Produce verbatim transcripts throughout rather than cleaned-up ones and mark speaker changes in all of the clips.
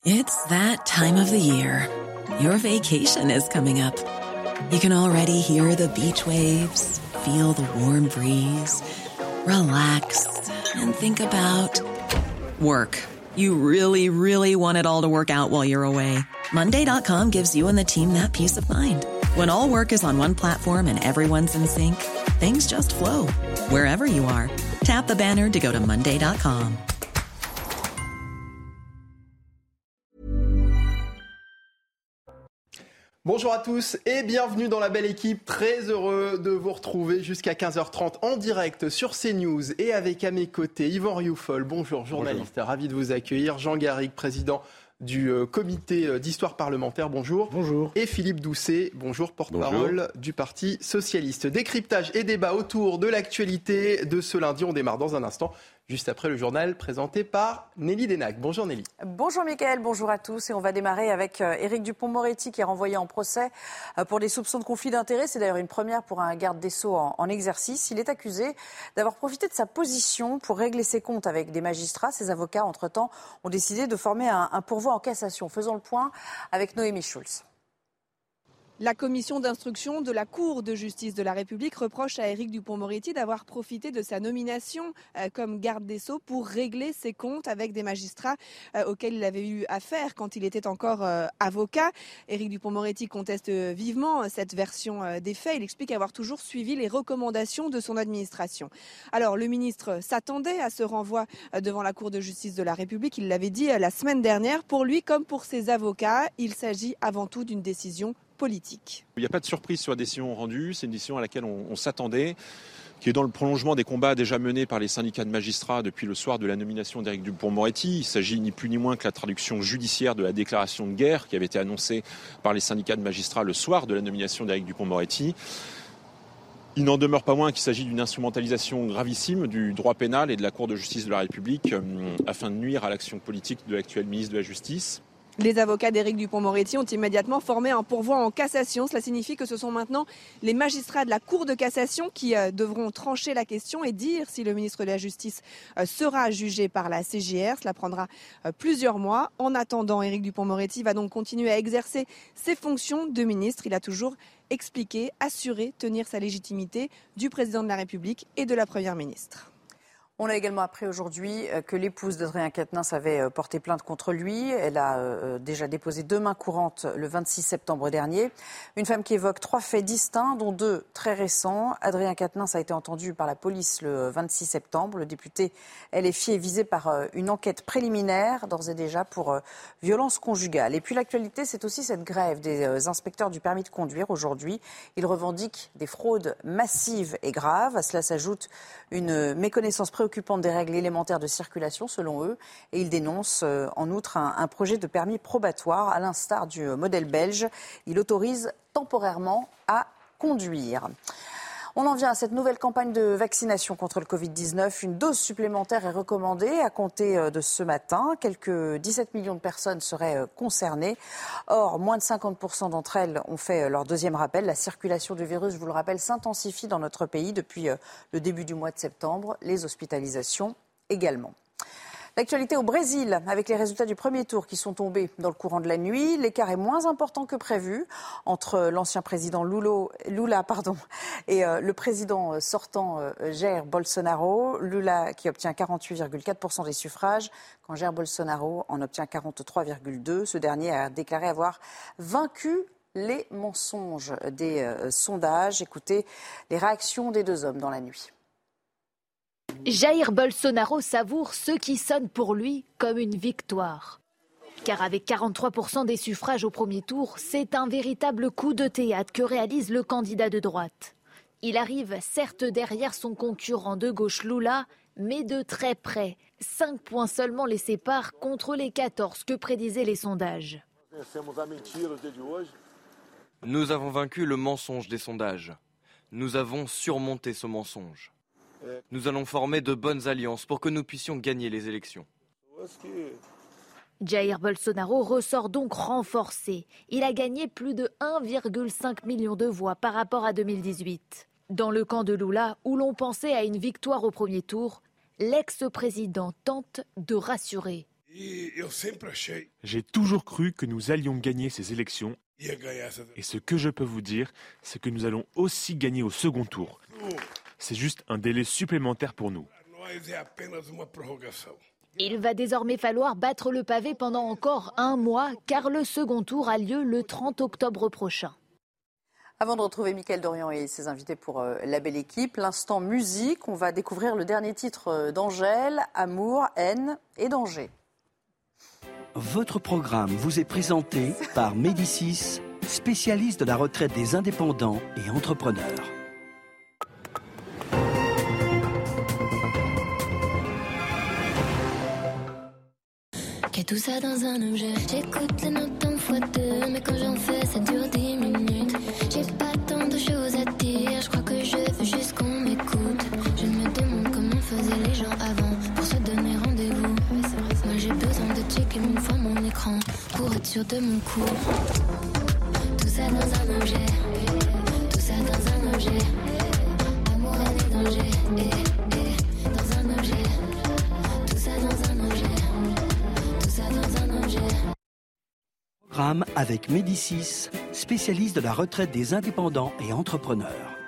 Speaker 1: It's that time of the year. Your vacation is coming up. You can already hear the beach waves, feel the warm breeze, relax, and think about work. You really, really want it all to work out while you're away. Monday dot com gives you and the team that peace of mind. When all work is on one platform and everyone's in sync, things just flow. Wherever you are, tap the banner to go to Monday dot com.
Speaker 2: Bonjour à tous et bienvenue dans la belle équipe. Très heureux de vous retrouver jusqu'à quinze heures trente en direct sur CNews et avec à mes côtés Yvan Rioufol. Bonjour, journaliste, bonjour. Ravi de vous accueillir. Jean Garrigue, président du euh, comité d'histoire parlementaire. Bonjour.
Speaker 3: Bonjour.
Speaker 2: Et Philippe Doucet, bonjour, porte-parole bonjour. Du Parti socialiste. Décryptage et débat autour de l'actualité de ce lundi. On démarre dans un instant, juste après le journal présenté par Nelly Denac. Bonjour Nelly.
Speaker 4: Bonjour Mickaël, bonjour à tous. Et on va démarrer avec Éric Dupond-Moretti qui est renvoyé en procès pour des soupçons de conflit d'intérêts. C'est d'ailleurs une première pour un garde des Sceaux en, en exercice. Il est accusé d'avoir profité de sa position pour régler ses comptes avec des magistrats. Ses avocats, entre-temps, ont décidé de former un, un pourvoi en cassation. Faisons le point avec Noémie Schulz.
Speaker 5: La commission d'instruction de la Cour de justice de la République reproche à Éric Dupond-Moretti d'avoir profité de sa nomination euh, comme garde des Sceaux pour régler ses comptes avec des magistrats euh, auxquels il avait eu affaire quand il était encore euh, avocat. Éric Dupond-Moretti conteste vivement cette version euh, des faits. Il explique avoir toujours suivi les recommandations de son administration. Alors, le ministre s'attendait à ce renvoi euh, devant la Cour de justice de la République. Il l'avait dit euh, la semaine dernière. Pour lui, comme pour ses avocats, il s'agit avant tout d'une décision politique.
Speaker 6: Il n'y a pas de surprise sur la décision rendue, c'est une décision à laquelle on, on s'attendait, qui est dans le prolongement des combats déjà menés par les syndicats de magistrats depuis le soir de la nomination d'Éric Dupond-Moretti. Il s'agit ni plus ni moins que la traduction judiciaire de la déclaration de guerre qui avait été annoncée par les syndicats de magistrats le soir de la nomination d'Éric Dupond-Moretti. Il n'en demeure pas moins qu'il s'agit d'une instrumentalisation gravissime du droit pénal et de la Cour de justice de la République euh, afin de nuire à l'action politique de l'actuel ministre de la Justice.
Speaker 5: Les avocats d'Éric Dupond-Moretti ont immédiatement formé un pourvoi en cassation. Cela signifie que ce sont maintenant les magistrats de la Cour de cassation qui euh, devront trancher la question et dire si le ministre de la Justice euh, sera jugé par la C J R. Cela prendra euh, plusieurs mois. En attendant, Éric Dupond-Moretti va donc continuer à exercer ses fonctions de ministre. Il a toujours expliqué, assuré, tenir sa légitimité du président de la République et de la première ministre.
Speaker 4: On a également appris aujourd'hui que l'épouse d'Adrien Quatennens avait porté plainte contre lui. Elle a déjà déposé deux mains courantes le vingt-six septembre dernier. Une femme qui évoque trois faits distincts, dont deux très récents. Adrien Quatennens a été entendu par la police le vingt-six septembre. Le député L F I est visé par une enquête préliminaire, d'ores et déjà, pour violence conjugale. Et puis l'actualité, c'est aussi cette grève des inspecteurs du permis de conduire aujourd'hui. Ils revendiquent des fraudes massives et graves. À cela s'ajoute une méconnaissance préoccupante des règles élémentaires de circulation, selon eux. Et ils dénoncent euh, en outre un, un projet de permis probatoire, à l'instar du euh, modèle belge. Il autorise temporairement à conduire. On en vient à cette nouvelle campagne de vaccination contre le covid dix-neuf. Une dose supplémentaire est recommandée à compter de ce matin. Quelques dix-sept millions de personnes seraient concernées. Or, moins de cinquante pour cent d'entre elles ont fait leur deuxième rappel. La circulation du virus, je vous le rappelle, s'intensifie dans notre pays depuis le début du mois de septembre. Les hospitalisations également. L'actualité au Brésil, avec les résultats du premier tour qui sont tombés dans le courant de la nuit. L'écart est moins important que prévu entre l'ancien président Lulo, Lula pardon, et euh, le président sortant euh, Jair Bolsonaro. Lula qui obtient quarante-huit virgule quatre pour cent des suffrages, quand Jair Bolsonaro en obtient quarante-trois virgule deux pour cent. Ce dernier a déclaré avoir vaincu les mensonges des euh, sondages. Écoutez les réactions des deux hommes dans la nuit.
Speaker 7: Jair Bolsonaro savoure ce qui sonne pour lui comme une victoire. Car avec quarante-trois pour cent des suffrages au premier tour, c'est un véritable coup de théâtre que réalise le candidat de droite. Il arrive certes derrière son concurrent de gauche Lula, mais de très près. cinq points seulement les séparent contre les quatorze que prédisaient les sondages.
Speaker 8: Nous avons vaincu le mensonge des sondages. Nous avons surmonté ce mensonge. Nous allons former de bonnes alliances pour que nous puissions gagner les élections.
Speaker 7: Jair Bolsonaro ressort donc renforcé. Il a gagné plus de un virgule cinq million de voix par rapport à deux mille dix-huit. Dans le camp de Lula, où l'on pensait à une victoire au premier tour, l'ex-président tente de rassurer.
Speaker 3: J'ai toujours cru que nous allions gagner ces élections. Et ce que je peux vous dire, c'est que nous allons aussi gagner au second tour. C'est juste un délai supplémentaire pour nous.
Speaker 7: Il va désormais falloir battre le pavé pendant encore un mois, car le second tour a lieu le trente octobre prochain.
Speaker 4: Avant de retrouver Mickaël Dorian et ses invités pour euh, la belle équipe, l'instant musique, on va découvrir le dernier titre euh, d'Angèle, Amour, haine et danger.
Speaker 9: Votre programme vous est présenté par Médicis, spécialiste de la retraite des indépendants et entrepreneurs.
Speaker 10: Qu'est tout ça dans un objet? J'écoute les notes en fois deux, mais quand j'en fais, ça dure dix minutes. J'ai pas tant de choses à dire, je crois que je veux juste qu'on m'écoute. Je me demande comment faisaient les gens avant pour se donner rendez-vous. Moi j'ai besoin de checker mille fois mon écran pour être sûr de mon coup. Tout ça dans un objet, tout ça dans un objet. Amour, haine et danger, eh, eh, dans un objet. Tout ça dans un objet.
Speaker 9: Programme avec Médicis, spécialiste de la retraite des indépendants et entrepreneurs.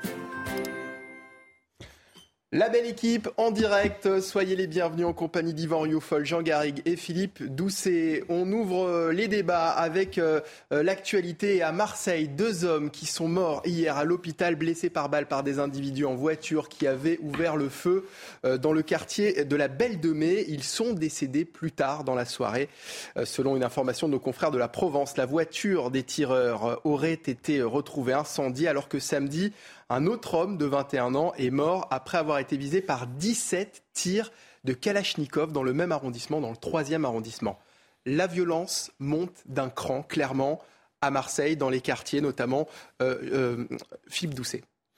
Speaker 2: La belle équipe en direct, soyez les bienvenus en compagnie d'Yvan Rioufol, Jean Garrigue et Philippe Doucet. On ouvre les débats avec euh, l'actualité à Marseille. Deux hommes qui sont morts hier à l'hôpital, blessés par balle par des individus en voiture qui avaient ouvert le feu euh, dans le quartier de la Belle de Mai. Ils sont décédés plus tard dans la soirée. Euh, selon une information de nos confrères de la Provence, la voiture des tireurs euh, aurait été retrouvée incendiée alors que samedi, un autre homme de vingt et un ans est mort après avoir été visé par dix-sept tirs de Kalachnikov dans le même arrondissement, dans le troisième arrondissement. La violence monte d'un cran, clairement, à Marseille, dans les quartiers, notamment euh, euh, Philippe Doucet.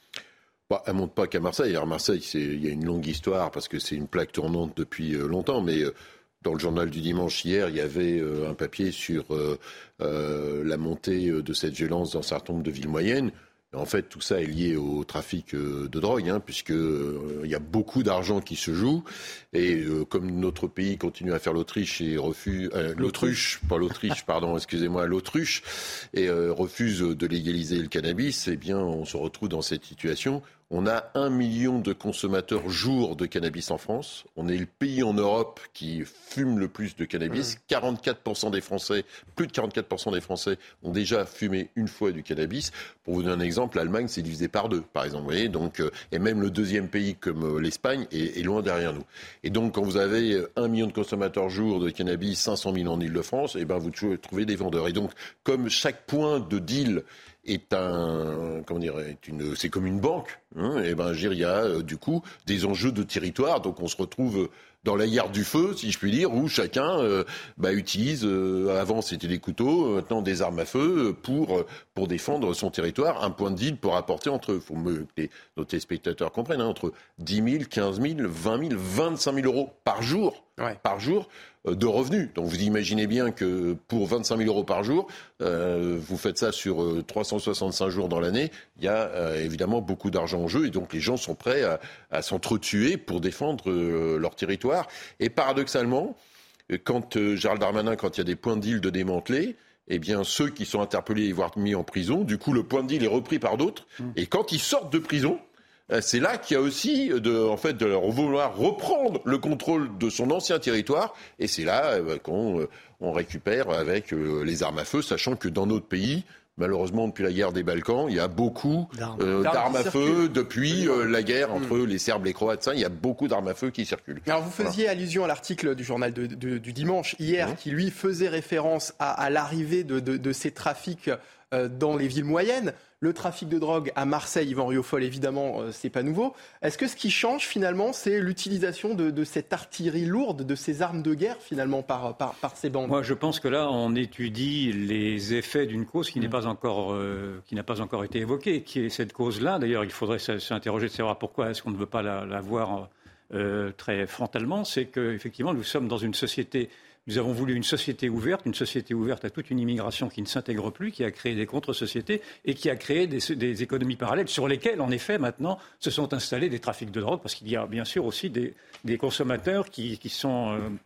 Speaker 11: Bah, elle ne monte pas qu'à Marseille. Alors Marseille, il y a une longue histoire parce que c'est une plaque tournante depuis euh, longtemps, mais euh, dans le journal du dimanche hier, il y avait euh, un papier sur euh, euh, la montée de cette violence dans un certain nombre de villes moyennes. En fait, tout ça est lié au trafic de drogue, hein, puisque euh, il y a beaucoup d'argent qui se joue. Et euh, comme notre pays continue à faire l'Autriche et refuse euh, l'autruche, pas l'Autriche, pardon, excusez-moi, l'autruche, et euh, refuse de légaliser le cannabis, eh bien, on se retrouve dans cette situation. On a un million de consommateurs jour de cannabis en France. On est le pays en Europe qui fume le plus de cannabis. quarante-quatre pour cent des Français, plus de quarante-quatre pour cent des Français ont déjà fumé une fois du cannabis. Pour vous donner un exemple, l'Allemagne s'est divisée par deux, par exemple. Vous voyez, donc, euh, et même le deuxième pays comme euh, l'Espagne est, est loin derrière nous. Et donc, quand vous avez un million de consommateurs jour de cannabis, cinq cent mille en Ile-de-France, eh ben, vous trouvez des vendeurs. Et donc, comme chaque point de deal est un, comment dire, est une, c'est comme une banque. Hein, et ben, il y a euh, du coup des enjeux de territoire. Donc, on se retrouve dans la guerre du feu, si je puis dire, où chacun euh, bah, utilise. Euh, avant, c'était des couteaux, maintenant des armes à feu pour pour défendre son territoire. Un point de deal pour apporter entre, il faut que les, nos téléspectateurs comprennent, hein, entre dix mille, quinze mille, vingt mille, vingt-cinq mille euros par jour. Ouais. Par jour de revenus. Donc vous imaginez bien que pour vingt-cinq mille euros par jour, euh, vous faites ça sur euh, trois cent soixante-cinq jours dans l'année, il y a euh, évidemment beaucoup d'argent en jeu et donc les gens sont prêts à, à s'entretuer pour défendre euh, leur territoire. Et paradoxalement, quand euh, Gérald Darmanin, quand il y a des points de deal de démanteler, eh bien ceux qui sont interpellés voire mis en prison, du coup le point de deal est repris par d'autres. Mmh. Et quand ils sortent de prison, c'est là qu'il y a aussi, de, en fait, de vouloir reprendre le contrôle de son ancien territoire. Et c'est là euh, qu'on euh, on récupère avec euh, les armes à feu, sachant que dans notre pays, malheureusement, depuis la guerre des Balkans, il y a beaucoup d'armes, euh, d'armes à feu depuis euh, la guerre entre mmh. les Serbes et les Croates. Ça, il y a beaucoup d'armes à feu qui circulent.
Speaker 2: Alors, vous faisiez voilà. allusion à l'article du journal de, de, du dimanche hier, mmh. qui lui faisait référence à, à l'arrivée de, de, de ces trafics euh, dans les villes moyennes. Le trafic de drogue à Marseille, Yvan Rioufol, évidemment, euh, c'est pas nouveau. Est-ce que ce qui change finalement, c'est l'utilisation de, de cette artillerie lourde, de ces armes de guerre finalement par, par, par ces bandes ?
Speaker 12: Moi, je pense que là, on étudie les effets d'une cause qui n'est pas encore, euh, qui n'a pas encore été évoquée, qui est cette cause-là. D'ailleurs, il faudrait s'interroger de savoir pourquoi est-ce qu'on ne veut pas la, la voir euh, très frontalement. C'est qu'effectivement, nous sommes dans une société. Nous avons voulu une société ouverte, une société ouverte à toute une immigration qui ne s'intègre plus, qui a créé des contre-sociétés et qui a créé des, des économies parallèles sur lesquelles, en effet, maintenant, se sont installés des trafics de drogue, parce qu'il y a bien sûr aussi des, des consommateurs qui, qui sont... Euh,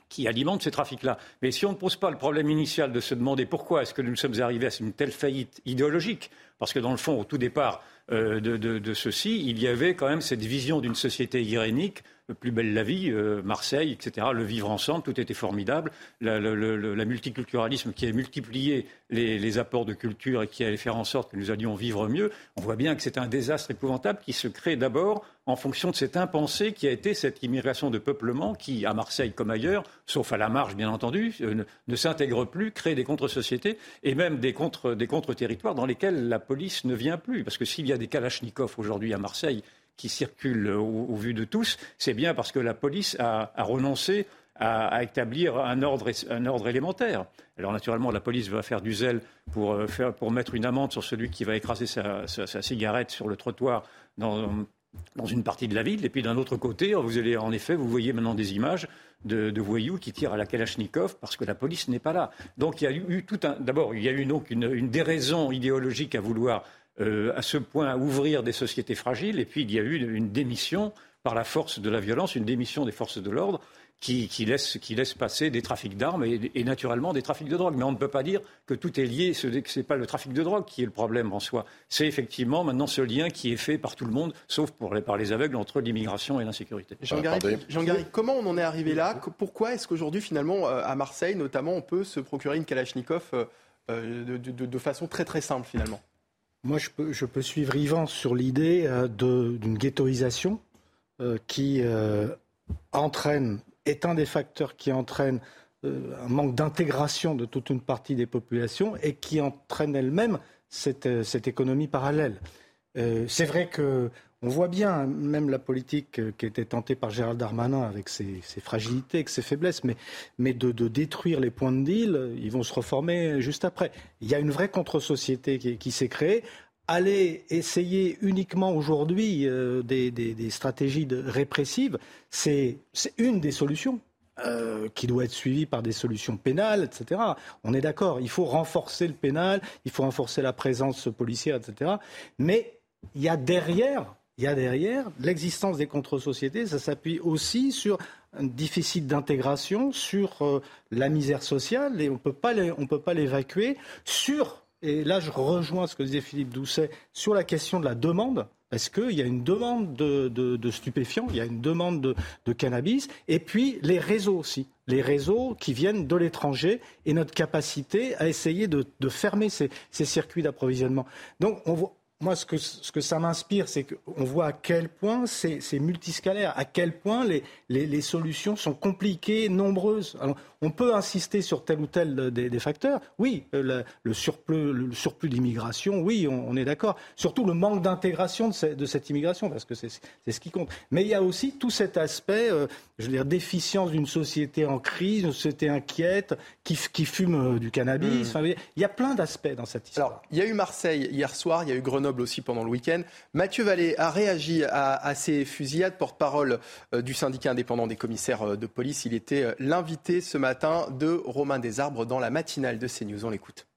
Speaker 12: qui alimentent ces trafics-là. Mais si on ne pose pas le problème initial de se demander pourquoi est-ce que nous sommes arrivés à une telle faillite idéologique, parce que dans le fond, au tout départ euh, de, de, de ceci, il y avait quand même cette vision d'une société irénique, plus belle la vie, euh, Marseille, et cetera, le vivre ensemble, tout était formidable, la, le, le la multiculturalisme qui a multiplié les, les apports de culture et qui allait faire en sorte que nous allions vivre mieux. On voit bien que c'est un désastre épouvantable qui se crée d'abord en fonction de cette impensée qui a été cette immigration de peuplement qui, à Marseille comme ailleurs, sauf à la marge bien entendu, euh, ne, ne s'intègre plus, crée des contre-sociétés et même des, contre, des contre-territoires dans lesquels la police ne vient plus. Parce que s'il y a des kalachnikovs aujourd'hui à Marseille qui circulent au, au vu de tous, c'est bien parce que la police a, a renoncé à, à établir un ordre, un ordre élémentaire. Alors naturellement, la police va faire du zèle pour, euh, faire, pour mettre une amende sur celui qui va écraser sa, sa, sa cigarette sur le trottoir dans, dans une partie de la ville. Et puis d'un autre côté, vous allez, en effet, vous voyez maintenant des images de, de voyous qui tirent à la Kalachnikov parce que la police n'est pas là. Donc il y a eu tout un... D'abord, il y a eu donc une, une déraison idéologique à vouloir Euh, à ce point à ouvrir des sociétés fragiles. Et puis il y a eu une, une démission par la force de la violence, une démission des forces de l'ordre qui, qui, laisse, qui laisse passer des trafics d'armes et, et naturellement des trafics de drogue. Mais on ne peut pas dire que tout est lié, ce n'est pas le trafic de drogue qui est le problème en soi. C'est effectivement maintenant ce lien qui est fait par tout le monde, sauf pour les, par les aveugles, entre l'immigration et l'insécurité.
Speaker 2: Jean-Garry, Jean-Garry, comment on en est arrivé là ? Pourquoi est-ce qu'aujourd'hui, finalement, à Marseille, notamment, on peut se procurer une Kalachnikov euh, de, de, de façon très très simple, finalement ?
Speaker 13: Moi, je peux, je peux suivre Yvan sur l'idée euh, de, d'une ghettoisation euh, qui euh, entraîne, est un des facteurs qui entraîne euh, un manque d'intégration de toute une partie des populations et qui entraîne elle-même cette, euh, cette économie parallèle. Euh, c'est vrai que on voit bien, même la politique qui a été tentée par Gérald Darmanin avec ses, ses fragilités, avec ses faiblesses, mais, mais de, de détruire les points de deal, ils vont se reformer juste après. Il y a une vraie contre-société qui, qui s'est créée. Aller essayer uniquement aujourd'hui euh, des, des, des stratégies de répressives, c'est, c'est une des solutions. Euh, qui doit être suivie par des solutions pénales, et cetera. On est d'accord, il faut renforcer le pénal, il faut renforcer la présence policière, et cetera. Mais il y a derrière... Il y a derrière l'existence des contre-sociétés, ça s'appuie aussi sur un déficit d'intégration, sur euh, la misère sociale, et on peut pas les, on peut pas l'évacuer, sur, et là je rejoins ce que disait Philippe Doucet, sur la question de la demande, parce qu'il y a une demande de, de, de stupéfiants, il y a une demande de, de cannabis, et puis les réseaux aussi, les réseaux qui viennent de l'étranger, et notre capacité à essayer de, de fermer ces, ces circuits d'approvisionnement. Donc on voit... Moi, ce que, ce que ça m'inspire, c'est qu'on voit à quel point c'est, c'est multiscalaire, à quel point les, les, les solutions sont compliquées, nombreuses. Alors, on peut insister sur tel ou tel des, des facteurs. Oui, le, le, surplus, le surplus d'immigration, oui, on, on est d'accord. Surtout le manque d'intégration de, ce, de cette immigration, parce que c'est, c'est ce qui compte. Mais il y a aussi tout cet aspect, euh, je veux dire, déficience d'une société en crise, une société inquiète, qui, qui fume du cannabis. Mmh. Enfin, il y a plein d'aspects dans cette histoire.
Speaker 2: Alors, il y a eu Marseille hier soir, il y a eu Grenoble aussi pendant le week-end. Mathieu Vallée a réagi à, à ces fusillades, porte-parole euh, du syndicat indépendant des commissaires euh, de police. Il était euh, l'invité ce matin de Romain Desarbres dans la matinale de CNews. On l'écoute.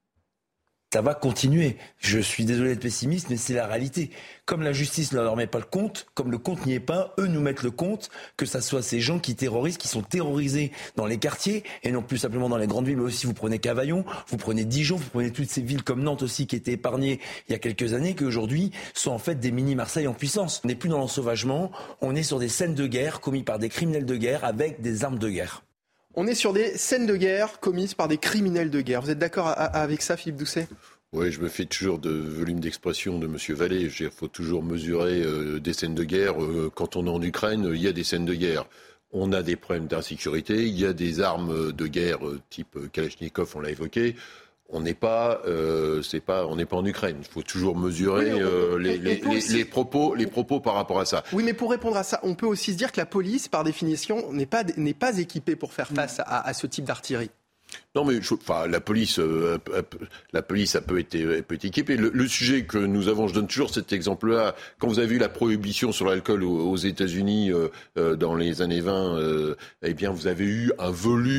Speaker 14: Ça va continuer. Je suis désolé d'être pessimiste, mais c'est la réalité. Comme la justice ne leur met pas le compte, comme le compte n'y est pas, eux nous mettent le compte, que ça soit ces gens qui terrorisent, qui sont terrorisés dans les quartiers, et non plus simplement dans les grandes villes, mais aussi vous prenez Cavaillon, vous prenez Dijon, vous prenez toutes ces villes comme Nantes aussi qui étaient épargnées il y a quelques années, qui aujourd'hui sont en fait des mini-Marseille en puissance. On n'est plus dans l'ensauvagement, on est sur des scènes de guerre commises par des criminels de guerre avec des armes de guerre.
Speaker 2: On est sur des scènes de guerre commises par des criminels de guerre. Vous êtes d'accord avec ça, Philippe Doucet ?
Speaker 11: Oui, je me fais toujours de volume d'expression de M. Vallée. Il faut toujours mesurer euh, des scènes de guerre. Euh, quand on est en Ukraine, il y a des scènes de guerre. On a des problèmes d'insécurité. Il y a des armes de guerre euh, type Kalachnikov, on l'a évoqué. On n'est pas, euh, c'est pas, on n'est pas en Ukraine. Il faut toujours mesurer oui, euh, les, les, les, les propos, les propos par rapport à ça.
Speaker 2: Oui, mais pour répondre à ça, on peut aussi se dire que la police, par définition, n'est pas n'est pas équipée pour faire face à, à ce type d'artillerie.
Speaker 11: Non, mais je, enfin, la police, euh, la police, ça peut être, elle peut être équipée. Le, le sujet que nous avons, je donne toujours cet exemple-là. Quand vous avez eu la prohibition sur l'alcool aux, aux États-Unis euh, euh, dans les années vingt, euh, eh bien, vous avez eu un volume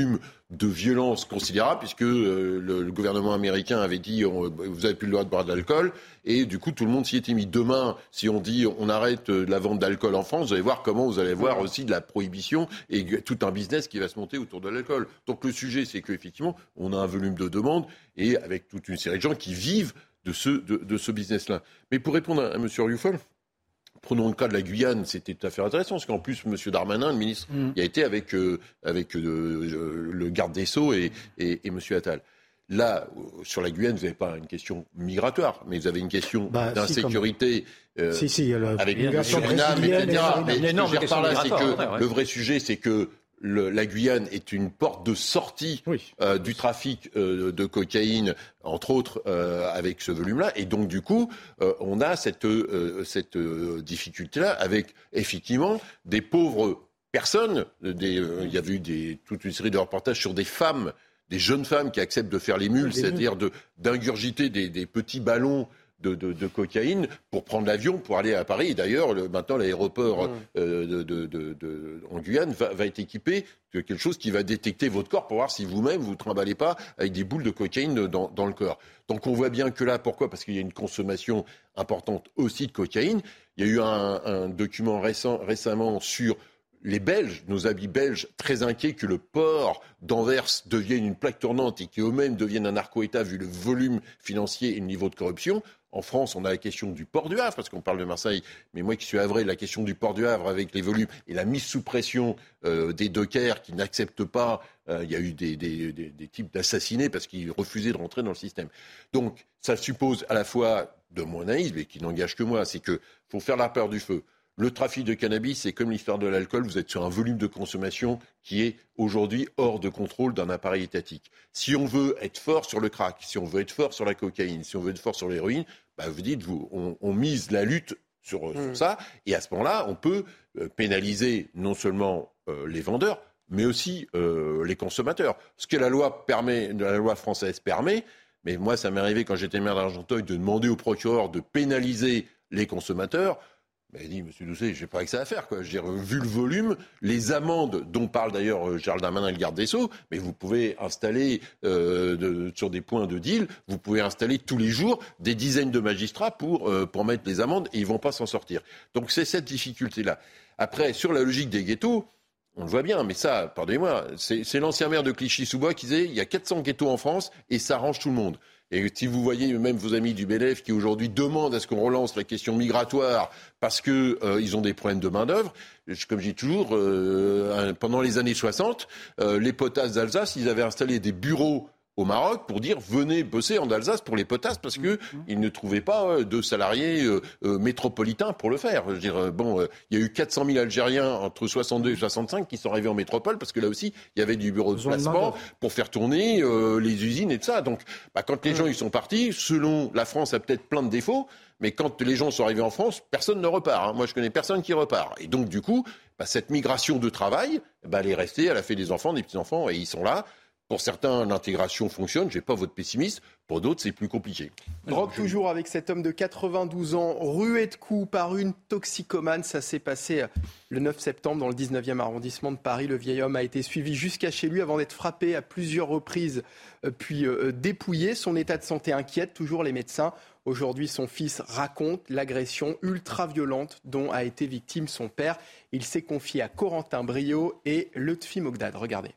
Speaker 11: de violence considérable, puisque euh, le, le gouvernement américain avait dit on, vous n'avez plus le droit de boire de l'alcool, et du coup tout le monde s'y était mis. Demain, si on dit on arrête euh, la vente d'alcool en France, vous allez voir comment vous allez voir aussi de la prohibition et tout un business qui va se monter autour de l'alcool. Donc le sujet, c'est qu'effectivement, on a un volume de demandes, et avec toute une série de gens qui vivent de ce, de, de ce business-là. Mais pour répondre à, à M. Rioufol, prenons le cas de la Guyane, c'était tout à fait intéressant, parce qu'en plus, M. Darmanin, le ministre, mmh. il a été avec, euh, avec euh, le garde des Sceaux et, et, et M. Attal. Là, sur la Guyane, vous n'avez pas une question migratoire, mais vous avez une question bah, d'insécurité. Si, euh, si, si, la, avec le Suriname, et cetera. Mais, mais ce que je veux dire par là, c'est que ouais, ouais. le vrai sujet, c'est que Le, la Guyane est une porte de sortie oui. euh, du trafic euh, de cocaïne, entre autres, euh, avec ce volume-là. Et donc, du coup, euh, on a cette, euh, cette euh, difficulté-là avec, effectivement, des pauvres personnes. Des, euh, il y a eu des, toute une série de reportages sur des femmes, des jeunes femmes qui acceptent de faire les mules, oui, c'est-à-dire de, d'ingurgiter des, des petits ballons De, de, de cocaïne pour prendre l'avion pour aller à Paris. Et d'ailleurs, le, maintenant, l'aéroport mmh. euh, de, de, de, de, en Guyane va, va être équipé de quelque chose qui va détecter votre corps pour voir si vous-même vous ne trimballez pas avec des boules de cocaïne dans, dans le corps. Donc on voit bien que là, pourquoi ? Parce qu'il y a une consommation importante aussi de cocaïne. Il y a eu un, un document récent, récemment sur les Belges, nos amis belges, très inquiets que le port d'Anvers devienne une plaque tournante et qu'eux-mêmes deviennent un narco-État vu le volume financier et le niveau de corruption. En France, on a la question du port du Havre, parce qu'on parle de Marseille, mais moi qui suis havré, la question du port du Havre avec les volumes et la mise sous pression euh, des dockers qui n'acceptent pas, euh, il y a eu des, des, des, des types d'assassinés parce qu'ils refusaient de rentrer dans le système. Donc ça suppose à la fois de mon analyse, mais qui n'engage que moi, c'est qu'il faut faire la peur du feu. Le trafic de cannabis, c'est comme l'histoire de l'alcool, vous êtes sur un volume de consommation qui est aujourd'hui hors de contrôle d'un appareil étatique. Si on veut être fort sur le crack, si on veut être fort sur la cocaïne, si on veut être fort sur l'héroïne, bah vous dites, vous, on, on mise la lutte sur, mmh. sur ça, et à ce moment-là, on peut euh, pénaliser non seulement euh, les vendeurs, mais aussi euh, les consommateurs. Ce que la loi permet, la loi française permet, mais moi ça m'est arrivé quand j'étais maire d'Argenteuil de demander au procureur de pénaliser les consommateurs. Il a dit, monsieur Doucet, je n'ai pas avec ça à faire, quoi. Je veux dire, vu le volume, les amendes dont parle d'ailleurs Gérald Darmanin et le garde des Sceaux, mais vous pouvez installer euh, de, sur des points de deal, vous pouvez installer tous les jours des dizaines de magistrats pour, euh, pour mettre les amendes et ils ne vont pas s'en sortir. Donc c'est cette difficulté-là. Après, sur la logique des ghettos, on le voit bien, mais ça, pardonnez-moi, c'est, c'est l'ancien maire de Clichy-sous-Bois qui disait, il y a quatre cents ghettos en France et ça arrange tout le monde. Et si vous voyez même vos amis du B L F qui aujourd'hui demandent à ce qu'on relance la question migratoire parce qu'ils euh, ont des problèmes de main-d'œuvre, comme je dis toujours, euh, pendant les années soixante, euh, les potasses d'Alsace, ils avaient installé des bureaux au Maroc pour dire venez bosser en Alsace pour les potasses parce que mmh. ils ne trouvaient pas euh, de salariés euh, euh, métropolitains pour le faire. Je veux dire, euh, bon, il euh, y a eu quatre cent mille Algériens entre soixante-deux et soixante-cinq qui sont arrivés en métropole parce que là aussi il y avait du bureau de placement pour faire tourner euh, les usines et tout ça. Donc, bah, quand les mmh. gens ils sont partis, selon la France a peut-être plein de défauts, mais quand les gens sont arrivés en France, personne ne repart. Hein. Moi, je connais personne qui repart. Et donc, du coup, bah, cette migration de travail, bah, elle est restée, elle a fait des enfants, des petits-enfants, et ils sont là. Pour certains, l'intégration fonctionne, je n'ai pas votre pessimiste. Pour d'autres, c'est plus compliqué.
Speaker 2: Drogue toujours avec cet homme de quatre-vingt-douze ans, rué de coups par une toxicomane. Ça s'est passé le neuf septembre dans le dix-neuvième arrondissement de Paris. Le vieil homme a été suivi jusqu'à chez lui avant d'être frappé à plusieurs reprises, puis dépouillé. Son état de santé inquiète toujours les médecins. Aujourd'hui, son fils raconte l'agression ultra-violente dont a été victime son père. Il s'est confié à Corentin Brio et Lutfi Mogdad. Regardez.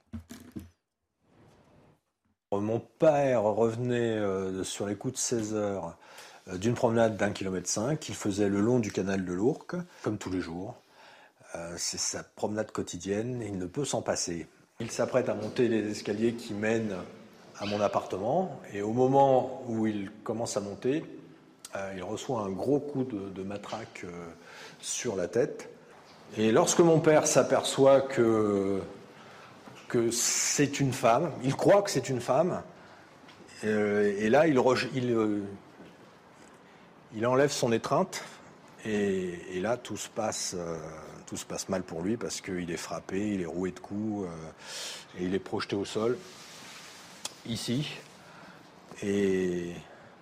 Speaker 15: Mon père revenait euh, sur les coups de seize heures euh, d'une promenade d'un kilomètre cinq qu'il faisait le long du canal de l'Ourcq, comme tous les jours. Euh, c'est sa promenade quotidienne et il ne peut s'en passer. Il s'apprête à monter les escaliers qui mènent à mon appartement et au moment où il commence à monter, euh, il reçoit un gros coup de, de matraque euh, sur la tête. Et lorsque mon père s'aperçoit que... que c'est une femme, il croit que c'est une femme, euh, et là il, il, euh, il enlève son étreinte, et, et là tout se, passe, euh, tout se passe mal pour lui, parce qu'il est frappé, il est roué de coups, euh, et il est projeté au sol, ici, et,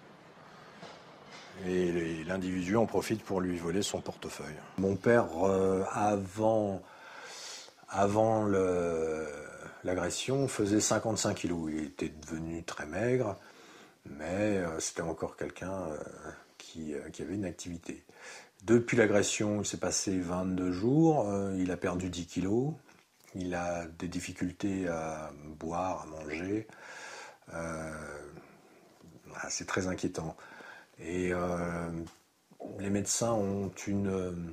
Speaker 15: et l'individu en profite pour lui voler son portefeuille. Mon père, euh, avant, avant le... l'agression faisait cinquante-cinq kilos. Il était devenu très maigre, mais euh, c'était encore quelqu'un euh, qui, euh, qui avait une activité. Depuis l'agression, il s'est passé vingt-deux jours, euh, il a perdu dix kilos, il a des difficultés à boire, à manger. Euh, c'est très inquiétant. Et euh, les médecins ont une,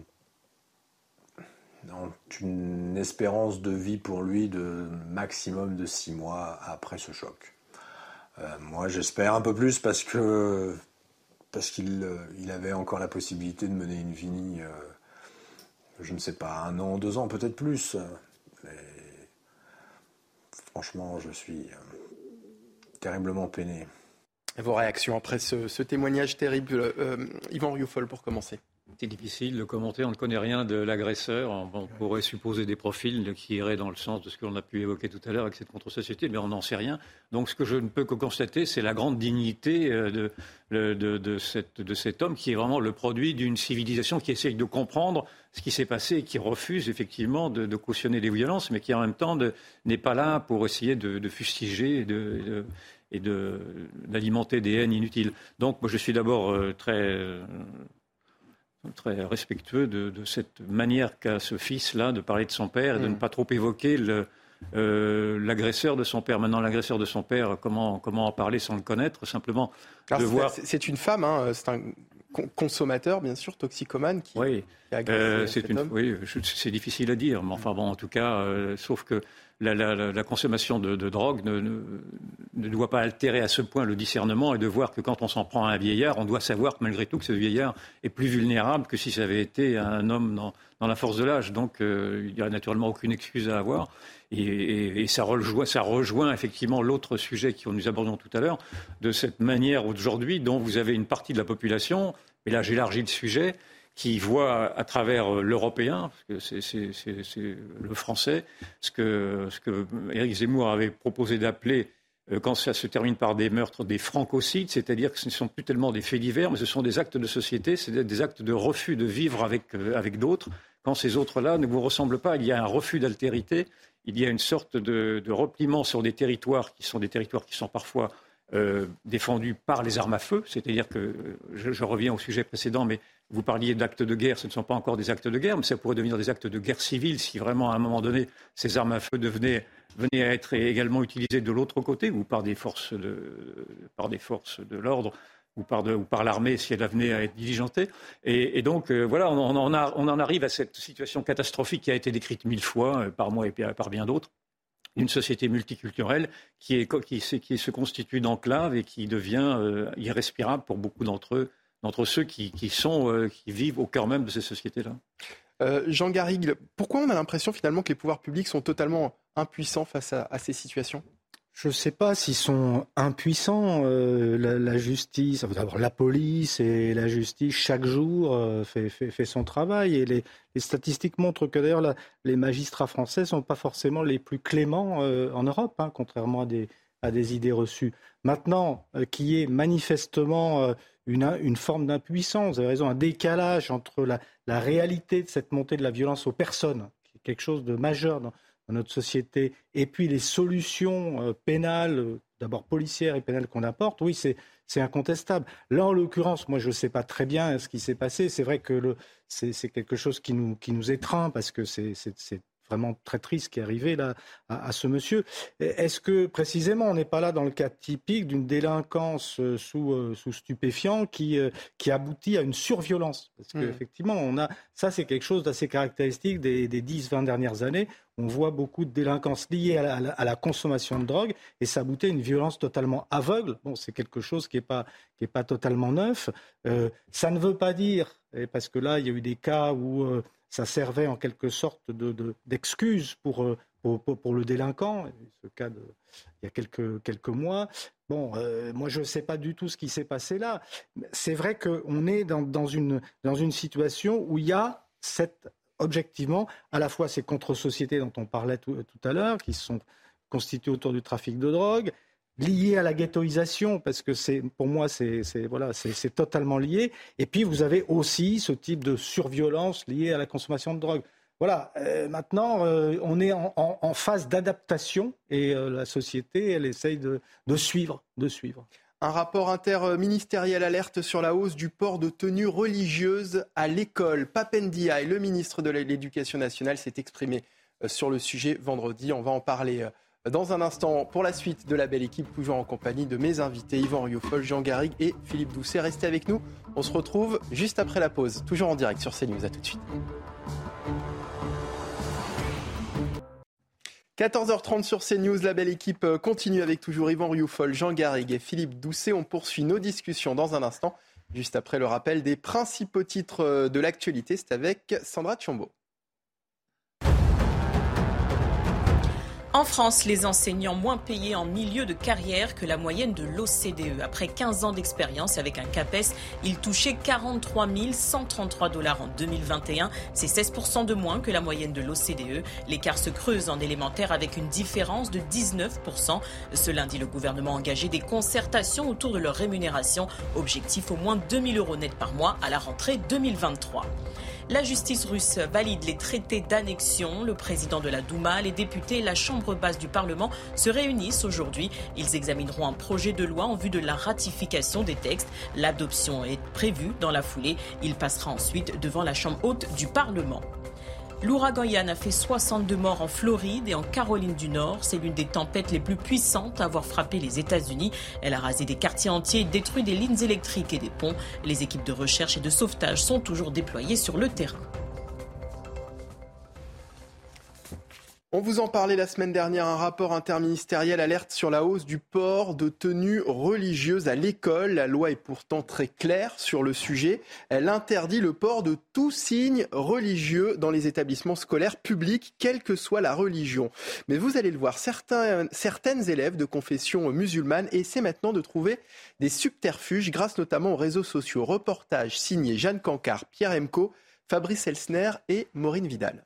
Speaker 15: ont une espérance de vie pour lui de maximum de six mois après ce choc. Euh, moi, j'espère un peu plus parce que parce qu'il il avait encore la possibilité de mener une vie, euh, je ne sais pas, un an, deux ans, peut-être plus. Mais franchement, je suis terriblement peiné.
Speaker 2: Et vos réactions après ce, ce témoignage terrible, euh, Yvan Rioufol, pour commencer.
Speaker 12: C'est difficile de commenter, on ne connaît rien de l'agresseur. On pourrait supposer des profils qui iraient dans le sens de ce qu'on a pu évoquer tout à l'heure avec cette contre-société, mais on n'en sait rien. Donc ce que je ne peux que constater, c'est la grande dignité de, de, de, de, cette, de cet homme qui est vraiment le produit d'une civilisation qui essaye de comprendre ce qui s'est passé et qui refuse effectivement de, de cautionner les violences, mais qui en même temps de, n'est pas là pour essayer de, de fustiger et de... de et de, d'alimenter des haines inutiles. Donc moi je suis d'abord euh, très... Euh, très respectueux de, de cette manière qu'a ce fils-là de parler de son père et de mmh. ne pas trop évoquer le, euh, l'agresseur de son père. Maintenant, l'agresseur de son père, comment, comment en parler sans le connaître? Simplement
Speaker 2: Alors,
Speaker 12: de
Speaker 2: c'est,
Speaker 12: voir...
Speaker 2: C'est une femme, hein, c'est un consommateur, bien sûr, toxicomane, qui,
Speaker 12: oui.
Speaker 2: qui a agressé
Speaker 12: euh,
Speaker 2: cet
Speaker 12: c'est une,
Speaker 2: homme.
Speaker 12: Oui, c'est difficile à dire, mais enfin bon, en tout cas, euh, sauf que la, la, la consommation de, de drogue ne, ne, ne doit pas altérer à ce point le discernement et de voir que quand on s'en prend à un vieillard, on doit savoir malgré tout que ce vieillard est plus vulnérable que si ça avait été un homme dans, dans la force de l'âge. Donc euh, il n'y a naturellement aucune excuse à avoir. Et, et, et ça, rejoint, ça rejoint effectivement l'autre sujet que nous abordons tout à l'heure, de cette manière aujourd'hui dont vous avez une partie de la population, et là j'élargis le sujet, qui voit à travers l'européen, parce que c'est, c'est, c'est, c'est le français, ce que, ce que Éric Zemmour avait proposé d'appeler, euh, quand ça se termine par des meurtres, des francocides, c'est-à-dire que ce ne sont plus tellement des faits divers, mais ce sont des actes de société, c'est des actes de refus de vivre avec, euh, avec d'autres, quand ces autres-là ne vous ressemblent pas. Il y a un refus d'altérité, il y a une sorte de, de repliement sur des territoires qui sont des territoires qui sont parfois euh, défendus par les armes à feu, c'est-à-dire que, je, je reviens au sujet précédent, mais vous parliez d'actes de guerre, ce ne sont pas encore des actes de guerre, mais ça pourrait devenir des actes de guerre civile si vraiment à un moment donné ces armes à feu devenaient, venaient à être également utilisées de l'autre côté ou par des forces de, par des forces de l'ordre ou par, de, ou par l'armée si elle venait à être diligentée. Et, et donc euh, voilà, on, on, a, on en arrive à cette situation catastrophique qui a été décrite mille fois euh, par moi et par bien d'autres. Une société multiculturelle qui, est, qui, qui se constitue d'enclaves et qui devient euh, irrespirable pour beaucoup d'entre eux. D'entre ceux qui, qui, sont, euh, qui vivent au cœur même de ces sociétés-là.
Speaker 2: Euh, Jean Garrigue, pourquoi on a l'impression finalement que les pouvoirs publics sont totalement impuissants face à, à ces situations ?
Speaker 13: Je ne sais pas s'ils sont impuissants. Euh, la, la justice, d'abord la police et la justice, chaque jour, euh, fait, fait, fait son travail. Et les, les statistiques montrent que d'ailleurs la, les magistrats français ne sont pas forcément les plus cléments euh, en Europe, hein, contrairement à des, à des idées reçues. Maintenant, euh, qu'il y ait manifestement... Euh, Une, une forme d'impuissance, vous avez raison, un décalage entre la, la réalité de cette montée de la violence aux personnes, qui est quelque chose de majeur dans, dans notre société, et puis les solutions euh, pénales, euh, d'abord policières et pénales qu'on apporte, oui, c'est, c'est incontestable. Là, en l'occurrence, moi, je ne sais pas très bien ce qui s'est passé. C'est vrai que le, c'est, c'est quelque chose qui nous, qui nous étreint, parce que c'est... c'est, c'est vraiment très triste ce qui est arrivé là à, à ce monsieur. Est-ce que précisément on n'est pas là dans le cas typique d'une délinquance euh, sous, euh, sous stupéfiants qui, euh, qui aboutit à une surviolence? Parce qu'effectivement, on a, ça c'est quelque chose d'assez caractéristique des, des dix vingt dernières années. On voit beaucoup de délinquance liée à la, à la, à la consommation de drogue et ça aboutit à une violence totalement aveugle. Bon, c'est quelque chose qui n'est pas, qui est pas totalement neuf. Euh, ça ne veut pas dire, et parce que là il y a eu des cas où... Euh, ça servait en quelque sorte de, de, d'excuse pour, pour, pour le délinquant, ce cas de, il y a quelques, quelques mois. Bon, euh, moi je ne sais pas du tout ce qui s'est passé là. C'est vrai qu'on est dans, dans, une, dans une situation où il y a cette, objectivement à la fois ces contre-sociétés dont on parlait tout, tout à l'heure, qui sont constituées autour du trafic de drogue, lié à la ghettoisation, parce que c'est, pour moi, c'est, c'est, voilà, c'est, c'est totalement lié. Et puis, vous avez aussi ce type de surviolence liée à la consommation de drogue. Voilà, euh, maintenant, euh, on est en, en, en phase d'adaptation et euh, la société, elle essaye de, de suivre, de suivre.
Speaker 2: Un rapport interministériel alerte sur la hausse du port de tenues religieuses à l'école. Pape Ndiaye, le ministre de l'Éducation nationale, s'est exprimé sur le sujet vendredi. On va en parler dans un instant. Pour la suite de la belle équipe, toujours en compagnie de mes invités Yvan Rioufol, Jean Garrigue et Philippe Doucet. Restez avec nous. On se retrouve juste après la pause. Toujours en direct sur CNews. À tout de suite. quatorze heures trente sur CNews, la belle équipe continue avec toujours Yvan Rioufol, Jean Garrigue et Philippe Doucet. On poursuit nos discussions dans un instant, juste après le rappel des principaux titres de l'actualité. C'est avec Sandra Tchombo.
Speaker 16: En France, les enseignants moins payés en milieu de carrière que la moyenne de l'O C D E. Après quinze ans d'expérience avec un CAPES, ils touchaient quarante-trois mille cent trente-trois dollars en deux mille vingt et un. C'est seize pour cent de moins que la moyenne de l'O C D E. L'écart se creuse en élémentaire avec une différence de dix-neuf pour cent. Ce lundi, le gouvernement a engagé des concertations autour de leur rémunération. Objectif au moins deux mille euros net par mois à la rentrée deux mille vingt-trois. La justice russe valide les traités d'annexion. Le président de la Douma, les députés et la Chambre basse du Parlement se réunissent aujourd'hui. Ils examineront un projet de loi en vue de la ratification des textes. L'adoption est prévue dans la foulée. Il passera ensuite devant la Chambre haute du Parlement. L'ouragan Yann a fait soixante-deux morts en Floride et en Caroline du Nord. C'est l'une des tempêtes les plus puissantes à avoir frappé les États-Unis. Elle a rasé des quartiers entiers et détruit des lignes électriques et des ponts. Les équipes de recherche et de sauvetage sont toujours déployées sur le terrain.
Speaker 2: On vous en parlait la semaine dernière, un rapport interministériel alerte sur la hausse du port de tenues religieuses à l'école. La loi est pourtant très claire sur le sujet. Elle interdit le port de tout signe religieux dans les établissements scolaires publics, quelle que soit la religion. Mais vous allez le voir, certains, certaines élèves de confession musulmane essaient maintenant de trouver des subterfuges grâce notamment aux réseaux sociaux. Reportage signé Jeanne Cancard, Pierre Emco, Fabrice Elsner et Maureen Vidal.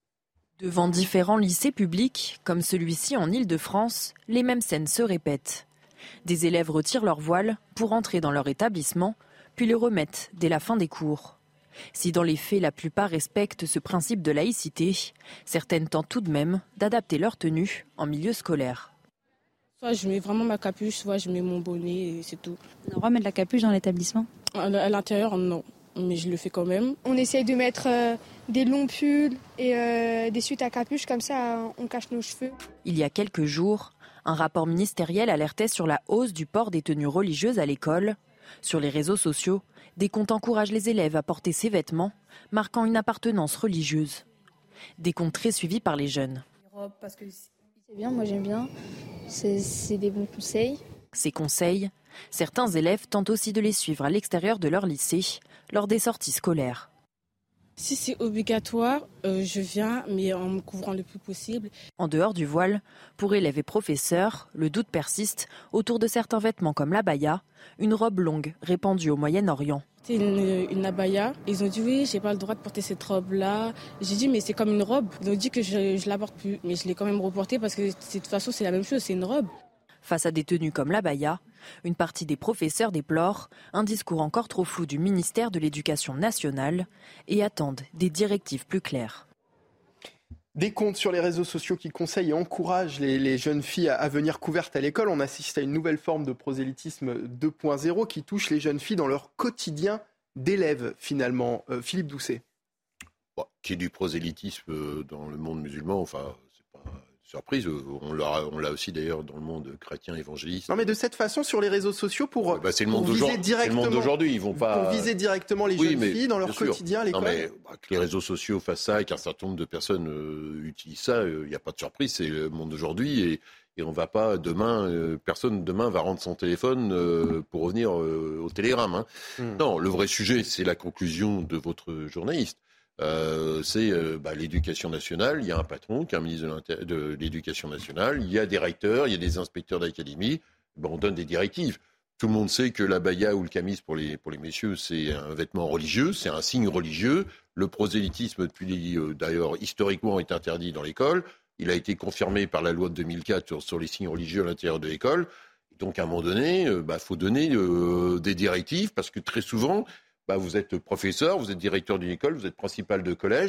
Speaker 17: Devant différents lycées publics, comme celui-ci en Île-de-France, les mêmes scènes se répètent. Des élèves retirent leur voile pour entrer dans leur établissement, puis le remettent dès la fin des cours. Si dans les faits, la plupart respectent ce principe de laïcité, certaines tentent tout de même d'adapter leur tenue en milieu scolaire.
Speaker 18: Soit je mets vraiment ma capuche, soit je mets mon bonnet et c'est tout.
Speaker 19: On a le droit de mettre la capuche dans l'établissement ?
Speaker 18: À l'intérieur, non. Mais je le fais quand même.
Speaker 20: On essaye de mettre euh, des longs pulls et euh, des suites à capuche, comme ça on cache nos cheveux.
Speaker 17: Il y a quelques jours, un rapport ministériel alertait sur la hausse du port des tenues religieuses à l'école. Sur les réseaux sociaux, des comptes encouragent les élèves à porter ces vêtements, marquant une appartenance religieuse. Des comptes très suivis par les jeunes.
Speaker 20: Parce que c'est bien, moi j'aime bien, c'est, c'est des bons conseils.
Speaker 17: Ces conseils, certains élèves tentent aussi de les suivre à l'extérieur de leur lycée, lors des sorties scolaires.
Speaker 18: Si c'est obligatoire, euh, je viens, mais en me couvrant le plus possible.
Speaker 17: En dehors du voile, pour élèves et professeurs, le doute persiste autour de certains vêtements comme l'abaya, une robe longue répandue au Moyen-Orient.
Speaker 18: C'est une, une abaya. Ils ont dit oui, j'ai pas le droit de porter cette robe-là. J'ai dit mais c'est comme une robe. Ils ont dit que je, je la porte plus, mais je l'ai quand même reportée parce que de toute façon c'est la même chose, c'est une robe.
Speaker 17: Face à des tenues comme l'abaya, une partie des professeurs déplorent un discours encore trop flou du ministère de l'Éducation nationale et attendent des directives plus claires.
Speaker 2: Des comptes sur les réseaux sociaux qui conseillent et encouragent les, les jeunes filles à, à venir couvertes à l'école. On assiste à une nouvelle forme de prosélytisme deux point zéro qui touche les jeunes filles dans leur quotidien d'élèves finalement. Euh, Philippe Doucet.
Speaker 11: Bon, qu'il y ait du prosélytisme dans le monde musulman, enfin... surprise, on l'a, on l'a aussi d'ailleurs dans le monde chrétien évangéliste.
Speaker 2: Non mais de cette façon sur les réseaux sociaux pour,
Speaker 11: bah, c'est le monde
Speaker 2: pour viser directement,
Speaker 11: c'est le monde d'aujourd'hui, ils vont pas
Speaker 2: pour viser directement les
Speaker 11: oui,
Speaker 2: jeunes filles dans leur quotidien à l'école.
Speaker 11: Non mais bah, que les réseaux sociaux fassent ça et qu'un certain nombre de personnes euh, utilisent ça, il euh, n'y a pas de surprise, c'est le monde d'aujourd'hui et, et on va pas demain, euh, personne demain va rendre son téléphone euh, pour revenir euh, au télégramme. Hein. Hmm. Non, le vrai sujet c'est la conclusion de votre journaliste. Euh, c'est euh, bah, l'éducation nationale, il y a un patron qui est un ministre de, de l'éducation nationale, il y a des recteurs, il y a des inspecteurs d'académie, ben, on donne des directives. Tout le monde sait que l'abaya ou le camis pour les, pour les messieurs, c'est un vêtement religieux, c'est un signe religieux. Le prosélytisme, depuis, euh, d'ailleurs, historiquement, est interdit dans l'école. Il a été confirmé par la loi de deux mille quatre sur, sur les signes religieux à l'intérieur de l'école. Et donc, à un moment donné, il euh, bah, faut donner euh, des directives parce que très souvent... Bah, vous êtes professeur, vous êtes directeur d'une école, vous êtes principal de collège.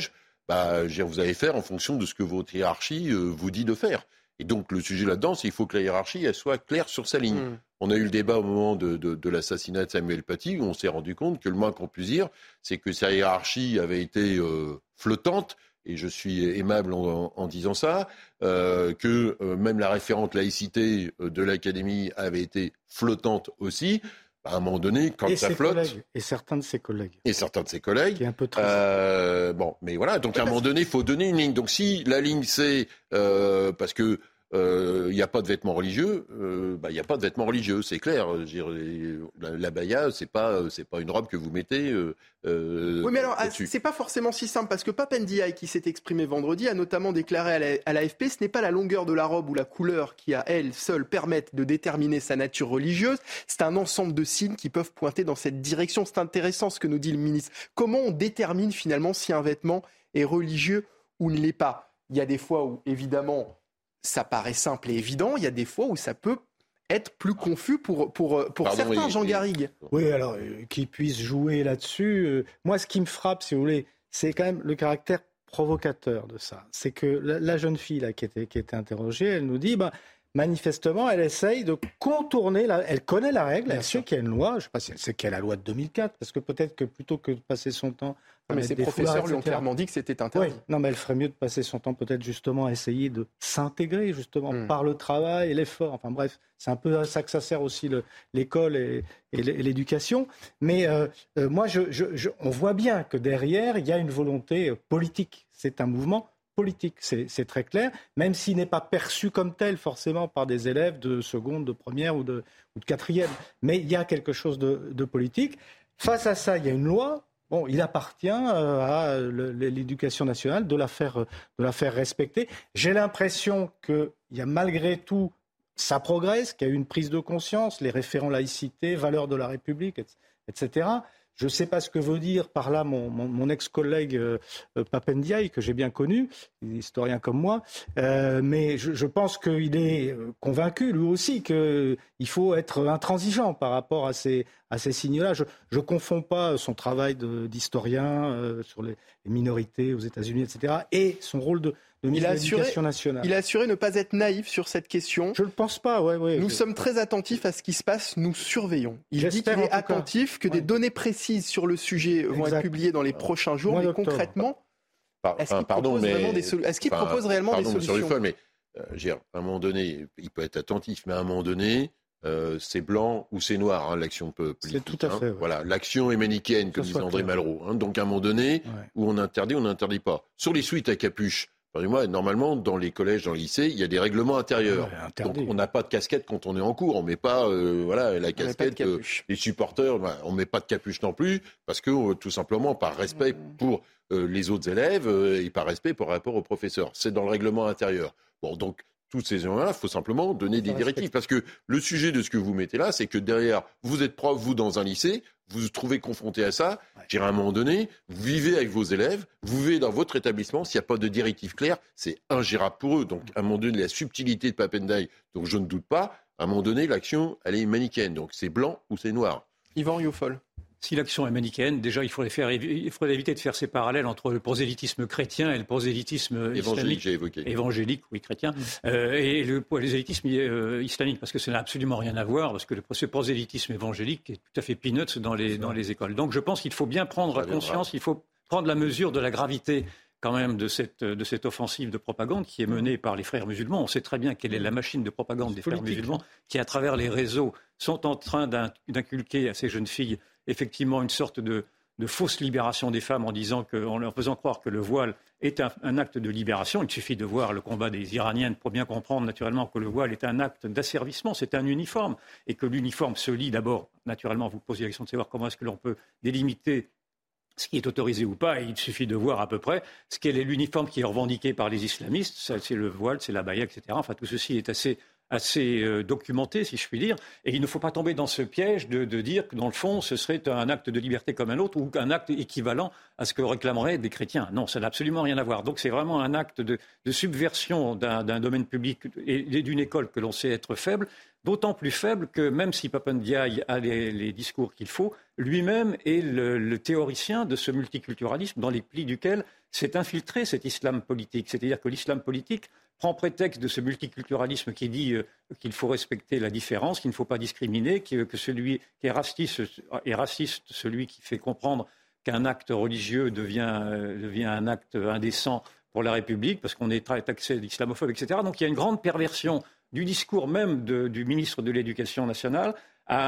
Speaker 11: bah, je veux dire, vous allez faire en fonction de ce que votre hiérarchie euh, vous dit de faire. Et donc, le sujet là-dedans, c'est qu'il faut que la hiérarchie elle soit claire sur sa ligne. Mmh. On a eu le débat au moment de, de, de l'assassinat de Samuel Paty, où on s'est rendu compte que le moins qu'on puisse dire, c'est que sa hiérarchie avait été euh, flottante, et je suis aimable en, en disant ça, euh, que euh, même la référente laïcité de l'Académie avait été flottante aussi. À un moment donné, quand
Speaker 13: et
Speaker 11: ça
Speaker 13: ses
Speaker 11: flotte...
Speaker 13: Collègues, et certains de ses collègues.
Speaker 11: Et certains de ses collègues.
Speaker 13: Qui est un peu très...
Speaker 11: euh, bon, mais voilà, donc à un moment donné, il faut donner une ligne. Donc si la ligne, c'est... Euh, parce que il euh, n'y a pas de vêtements religieux, il euh, bah, n'y a pas de vêtements religieux, c'est clair. Je veux dire, la, la baya, c'est pas, c'est pas une robe que vous mettez. Euh, euh,
Speaker 2: oui, mais alors,
Speaker 11: là-dessus.
Speaker 2: C'est pas forcément si simple, parce que Pap Ndiaye, qui s'est exprimé vendredi, a notamment déclaré à la, à l'A F P, ce n'est pas la longueur de la robe ou la couleur qui, à elle seule, permettent de déterminer sa nature religieuse, c'est un ensemble de signes qui peuvent pointer dans cette direction. C'est intéressant ce que nous dit le ministre. Comment on détermine finalement si un vêtement est religieux ou ne l'est pas ? Il y a des fois où, évidemment, ça paraît simple et évident. Il y a des fois où ça peut être plus confus pour, pour, pour Pardon, certains, et, Jean Garrigue.
Speaker 13: Oui, alors, euh, qu'ils puissent jouer là-dessus. Euh, moi, ce qui me frappe, si vous voulez, c'est quand même le caractère provocateur de ça. C'est que la, la jeune fille là, qui, était, qui était interrogée, elle nous dit... Bah, manifestement, elle essaye de contourner, la... elle connaît la règle, elle sait qu'il y a une loi, je ne sais pas si elle sait qu'il y a la loi de deux mille quatre, parce que peut-être que plutôt que de passer son temps...
Speaker 2: Non, mais ses professeurs foulards, lui ont clairement dit que c'était interdit.
Speaker 13: Oui. Non, mais elle ferait mieux de passer son temps peut-être justement à essayer de s'intégrer justement mmh. par le travail et l'effort. Enfin bref, c'est un peu à ça que ça sert aussi le, l'école et, et l'éducation. Mais euh, euh, moi, je, je, je, on voit bien que derrière, il y a une volonté politique. C'est un mouvement politique, c'est, c'est très clair, même s'il n'est pas perçu comme tel forcément par des élèves de seconde, de première ou de, ou de quatrième. Mais il y a quelque chose de, de politique. Face à ça, il y a une loi. Bon, il appartient euh, à le, l'éducation nationale de la faire, de la faire respecter. J'ai l'impression qu'il y a malgré tout, ça progresse, qu'il y a eu une prise de conscience, les référents laïcité, valeurs de la République, et cetera. Je ne sais pas ce que veut dire par là mon, mon, mon ex-collègue euh, Pap Ndiaye, que j'ai bien connu, historien comme moi, euh, mais je, je pense qu'il est convaincu, lui aussi, qu'il faut être intransigeant par rapport à ces, à ces signes-là. Je ne confonds pas son travail de, d'historien euh, sur les, les minorités aux États-Unis, et cetera, et son rôle de, de ministre de l'Éducation nationale.
Speaker 2: Il a assuré ne pas être naïf sur cette question.
Speaker 13: Je ne le pense pas, ouais, ouais.
Speaker 2: Nous
Speaker 13: je...
Speaker 2: sommes très attentifs à ce qui se passe, nous surveillons. Il J'espère dit qu'il est attentif, que ouais. des données précises sur le sujet exact. Vont être publiées dans les prochains jours, Moi, mais docteur. concrètement,
Speaker 11: Par,
Speaker 2: est-ce qu'il
Speaker 11: pardon,
Speaker 2: propose
Speaker 11: mais,
Speaker 2: vraiment des, solu- est-ce qu'il enfin, propose réellement
Speaker 11: pardon,
Speaker 2: des solutions
Speaker 11: fois, mais, euh, dire, à un moment donné, il peut être attentif, mais à un moment donné, euh, c'est blanc ou c'est noir, hein, l'action politique.
Speaker 13: C'est tout à fait.
Speaker 11: Hein. Ouais. Voilà, l'action est manichéenne, comme disait André Malraux. Hein, donc à un moment donné, ouais. où on interdit, on n'interdit pas. Sur les suites à capuche, moi, normalement, dans les collèges, dans les lycées, il y a des règlements intérieurs. Ouais, donc, on n'a pas de casquette quand on est en cours. On ne met pas euh, voilà, la casquette. Euh, les supporters, bah, on ne met pas de capuche non plus, parce que euh, tout simplement, par respect mmh. pour euh, les autres élèves euh, et par respect par rapport aux professeurs. C'est dans le règlement intérieur. Bon, donc, toutes ces gens-là, il faut simplement donner des directives. Parce que le sujet de ce que vous mettez là, c'est que derrière, vous êtes prof, vous, dans un lycée, vous vous trouvez confronté à ça. Ouais. Je dirais à un moment donné, vous vivez avec vos élèves, vous vivez dans votre établissement. S'il n'y a pas de directive claire, c'est ingérable pour eux. Donc, à un moment donné, la subtilité de Pap Ndiaye, dont je ne doute pas, à un moment donné, l'action, elle est manichéenne. Donc, c'est blanc ou c'est noir.
Speaker 2: Yvan Rioufol.
Speaker 12: Si l'action est manichéenne, déjà, il faudrait, faire, il faudrait éviter de faire ces parallèles entre le prosélytisme chrétien et le prosélytisme
Speaker 11: évangélique, j'ai évoqué.
Speaker 12: Évangélique, oui, chrétien, mmh. euh, et le prosélytisme euh, islamique, parce que ça n'a absolument rien à voir, parce que le, ce prosélytisme évangélique est tout à fait peanuts dans les, dans les écoles. Donc je pense qu'il faut bien prendre conscience, il faut prendre la mesure de la gravité quand même de cette, de cette offensive de propagande qui est menée par les frères musulmans. On sait très bien quelle est la machine de propagande des frères musulmans qui, à travers les réseaux, sont en train d'inculquer à ces jeunes filles effectivement une sorte de, de fausse libération des femmes en disant que, en leur faisant croire que le voile est un, un acte de libération. Il suffit de voir le combat des Iraniennes pour bien comprendre naturellement que le voile est un acte d'asservissement, c'est un uniforme, et que l'uniforme se lie d'abord, naturellement, vous posez la question de savoir comment est-ce que l'on peut délimiter ce qui est autorisé ou pas, et il suffit de voir à peu près ce qu'est l'uniforme qui est revendiqué par les islamistes, ça, c'est le voile, c'est la baya, et cetera. Enfin, tout ceci est assez assez euh, documenté, si je puis dire. Et il ne faut pas tomber dans ce piège de, de dire que, dans le fond, ce serait un acte de liberté comme un autre ou un acte équivalent à ce que réclameraient des chrétiens. Non, ça n'a absolument rien à voir. Donc c'est vraiment un acte de, de subversion d'un, d'un domaine public et, et d'une école que l'on sait être faible, d'autant plus faible que même si Papa Ndiaye a les, les discours qu'il faut, lui-même est le, le théoricien de ce multiculturalisme dans les plis duquel s'est infiltré cet islam politique. C'est-à-dire que l'islam politique prend prétexte de ce multiculturalisme qui dit euh, qu'il faut respecter la différence, qu'il ne faut pas discriminer, que, que celui qui est raciste, est raciste, celui qui fait comprendre qu'un acte religieux devient, euh, devient un acte indécent pour la République, parce qu'on est taxé d'islamophobe, et cetera. Donc il y a une grande perversion du discours même de, du ministre de l'Éducation nationale,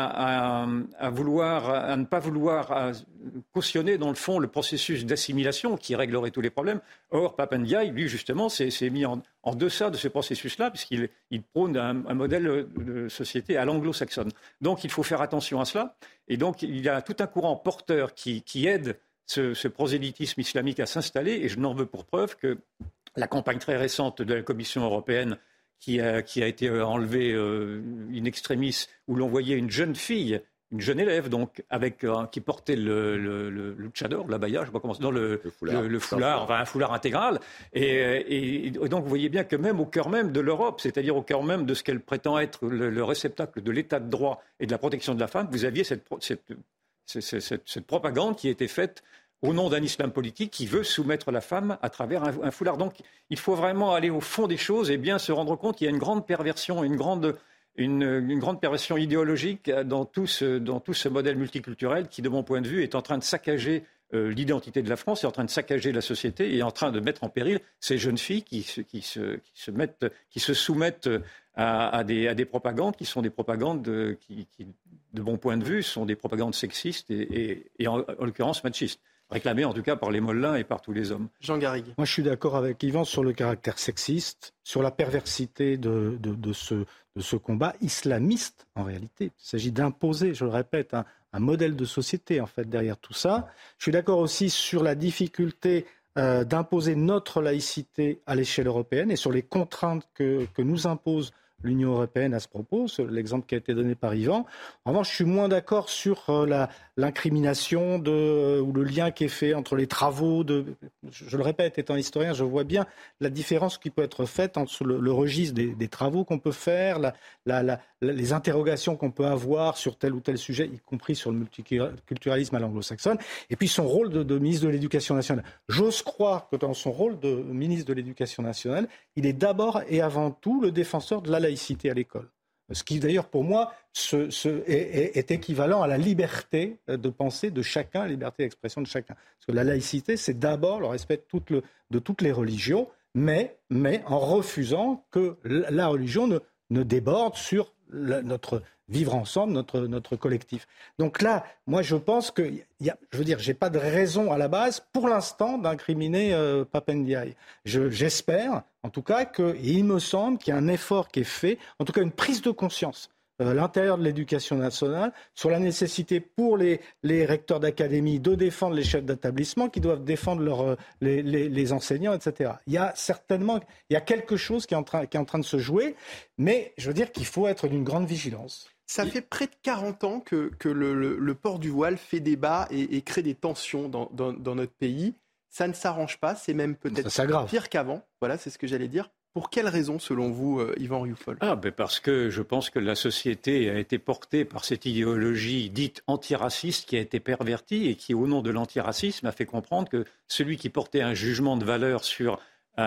Speaker 12: À, à, à, vouloir, à ne pas vouloir à cautionner, dans le fond, le processus d'assimilation qui réglerait tous les problèmes. Or, Papa Ndiaye, lui, justement, s'est, s'est mis en, en deçà de ce processus-là, puisqu'il il prône un, un modèle de société à l'anglo-saxonne. Donc, il faut faire attention à cela. Et donc, il y a tout un courant porteur qui, qui aide ce, ce prosélytisme islamique à s'installer. Et je n'en veux pour preuve que la campagne très récente de la Commission européenne Qui a, qui a été enlevé euh, in extremis, où l'on voyait une jeune fille, une jeune élève, donc, avec, euh, qui portait le, le, le, le tchador, l'abaya, je ne sais pas comment c'est, non, le, le foulard, le, le foulard enfin, un foulard intégral. Et, et, et donc, vous voyez bien que même au cœur même de l'Europe, c'est-à-dire au cœur même de ce qu'elle prétend être le, le réceptacle de l'état de droit et de la protection de la femme, vous aviez cette, cette, cette, cette, cette propagande qui était faite au nom d'un islam politique qui veut soumettre la femme à travers un, un foulard. Donc, il faut vraiment aller au fond des choses et bien se rendre compte qu'il y a une grande perversion, une grande, une, une grande perversion idéologique dans tout, ce, dans tout ce modèle multiculturel qui, de mon point de vue, est en train de saccager euh, l'identité de la France, est en train de saccager la société et est en train de mettre en péril ces jeunes filles qui, qui, se, qui, se, mettent, qui se soumettent à, à, des, à des propagandes qui sont des propagandes de, qui, qui, de mon point de vue, sont des propagandes sexistes et, et, et en, en l'occurrence machistes. Réclamé en tout cas par les Mollins et par tous les hommes.
Speaker 2: Jean Garrigue.
Speaker 13: Moi je suis d'accord avec Yvan sur le caractère sexiste, sur la perversité de, de, de, ce, de ce combat islamiste en réalité. Il s'agit d'imposer, je le répète, un, un modèle de société en fait derrière tout ça. Je suis d'accord aussi sur la difficulté euh, d'imposer notre laïcité à l'échelle européenne et sur les contraintes que, que nous impose l'Union européenne à ce propos, c'est l'exemple qui a été donné par Yvan. En revanche, je suis moins d'accord sur euh, la, l'incrimination de, euh, ou le lien qui est fait entre les travaux de... Je, je le répète, étant historien, je vois bien la différence qui peut être faite entre le, le registre des, des travaux qu'on peut faire, la, la, la, les interrogations qu'on peut avoir sur tel ou tel sujet, y compris sur le multiculturalisme à l'anglo-saxonne, et puis son rôle de, de ministre de l'Éducation nationale. J'ose croire que dans son rôle de ministre de l'Éducation nationale, il est d'abord et avant tout le défenseur de la laïcité à l'école. Ce qui d'ailleurs pour moi ce, ce, est, est, est équivalent à la liberté de pensée de chacun, la liberté d'expression de chacun. Parce que la laïcité, c'est d'abord le respect de, toute le, de toutes les religions, mais, mais en refusant que la religion ne, ne déborde sur la, notre vivre ensemble, notre, notre collectif. Donc là, moi je pense que, y a, je veux dire, j'ai pas de raison à la base, pour l'instant, d'incriminer euh, Papa Ndiaye. Je, j'espère, en tout cas, que, et il me semble qu'il y a un effort qui est fait, en tout cas une prise de conscience euh, à l'intérieur de l'éducation nationale sur la nécessité pour les, les recteurs d'académie de défendre les chefs d'établissement qui doivent défendre leur, les, les, les enseignants, et cetera. Il y a certainement, il y a quelque chose qui est en train, qui est en train de se jouer, mais je veux dire qu'il faut être d'une grande vigilance.
Speaker 2: Ça fait près de quarante ans que, que le, le, le port du voile fait débat et, et crée des tensions dans, dans, dans notre pays. Ça ne s'arrange pas, c'est même peut-être pire qu'avant. Voilà, c'est ce que j'allais dire. Pour quelles raisons, selon vous, euh, Yvan Rioufol ?
Speaker 12: Ah, ben parce que je pense que la société a été portée par cette idéologie dite antiraciste qui a été pervertie et qui, au nom de l'antiracisme, a fait comprendre que celui qui portait un jugement de valeur sur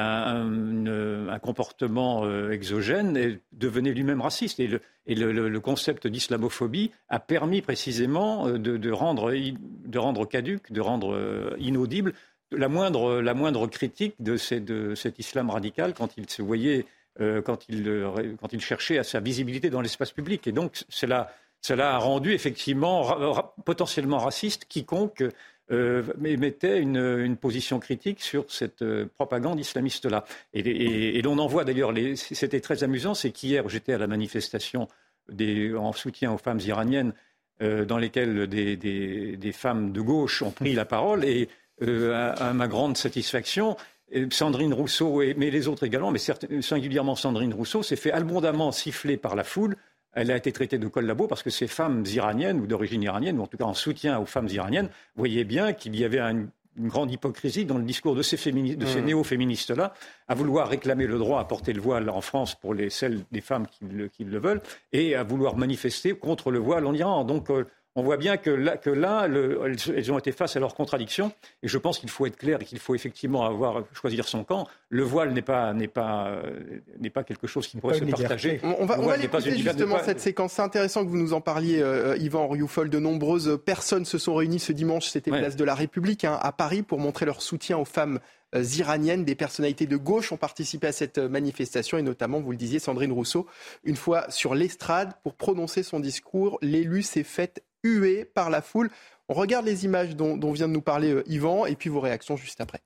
Speaker 12: Un, un, un comportement euh, exogène et devenait lui-même raciste. Et le, et le, le, le concept d'islamophobie a permis précisément euh, de, de, rendre, de rendre caduque, de rendre euh, inaudible la moindre, la moindre critique de, ces, de cet islam radical quand il se voyait, euh, quand, il, euh, quand il cherchait à sa visibilité dans l'espace public. Et donc cela, cela a rendu effectivement ra, ra, potentiellement raciste quiconque Euh, mettait une, une position critique sur cette euh, propagande islamiste-là. Et, et, et l'on en voit d'ailleurs, les, c'était très amusant, c'est qu'hier j'étais à la manifestation des, en soutien aux femmes iraniennes euh, dans lesquelles des, des, des femmes de gauche ont pris la parole et euh, à, à ma grande satisfaction, Sandrine Rousseau, et, mais les autres également, mais certes, singulièrement Sandrine Rousseau, s'est fait abondamment siffler par la foule. Elle a été traitée de collabo parce que ces femmes iraniennes, ou d'origine iranienne, ou en tout cas en soutien aux femmes iraniennes, voyaient bien qu'il y avait un, une grande hypocrisie dans le discours de ces, fémini- de ces mmh. néo-féministes-là, à vouloir réclamer le droit à porter le voile en France pour les, celles des femmes qui le, qui le veulent, et à vouloir manifester contre le voile en Iran. Donc, euh, on voit bien que là, que là le, elles ont été face à leurs contradictions. Et je pense qu'il faut être clair et qu'il faut effectivement avoir, choisir son camp. Le voile n'est pas, n'est pas, euh, n'est pas quelque chose qui pourrait se partager.
Speaker 2: On, on va, on va l'écouter justement
Speaker 12: pas...
Speaker 2: cette séquence. C'est intéressant que vous nous en parliez, euh, Yvan Rioufol. De nombreuses personnes se sont réunies ce dimanche, c'était ouais. place de la République, hein, à Paris, pour montrer leur soutien aux femmes euh, iraniennes. Des personnalités de gauche ont participé à cette manifestation, et notamment, vous le disiez, Sandrine Rousseau. Une fois sur l'estrade, pour prononcer son discours, l'élu s'est faite huée par la foule. On regarde les images dont, dont vient de nous parler euh, Yvan, et puis vos réactions juste après.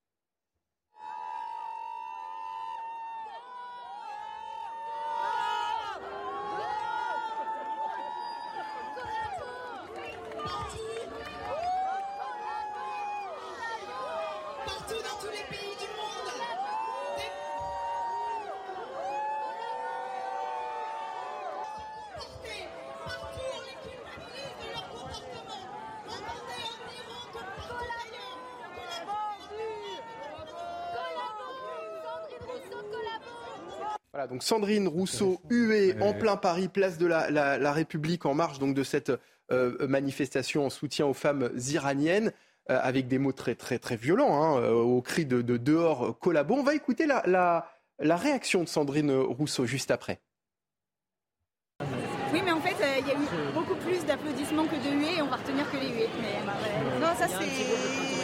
Speaker 2: Voilà, donc Sandrine Rousseau huée en plein Paris, place de la, la, la République, en marge donc de cette euh, manifestation en soutien aux femmes iraniennes, euh, avec des mots très très très violents, hein, euh, au cri de, de dehors collabo. On va écouter la, la, la réaction de Sandrine Rousseau juste après.
Speaker 21: Oui, mais en fait, il euh, y a eu beaucoup plus d'applaudissements que de huées, et on va retenir que les huées. Mais euh, non, ça c'est...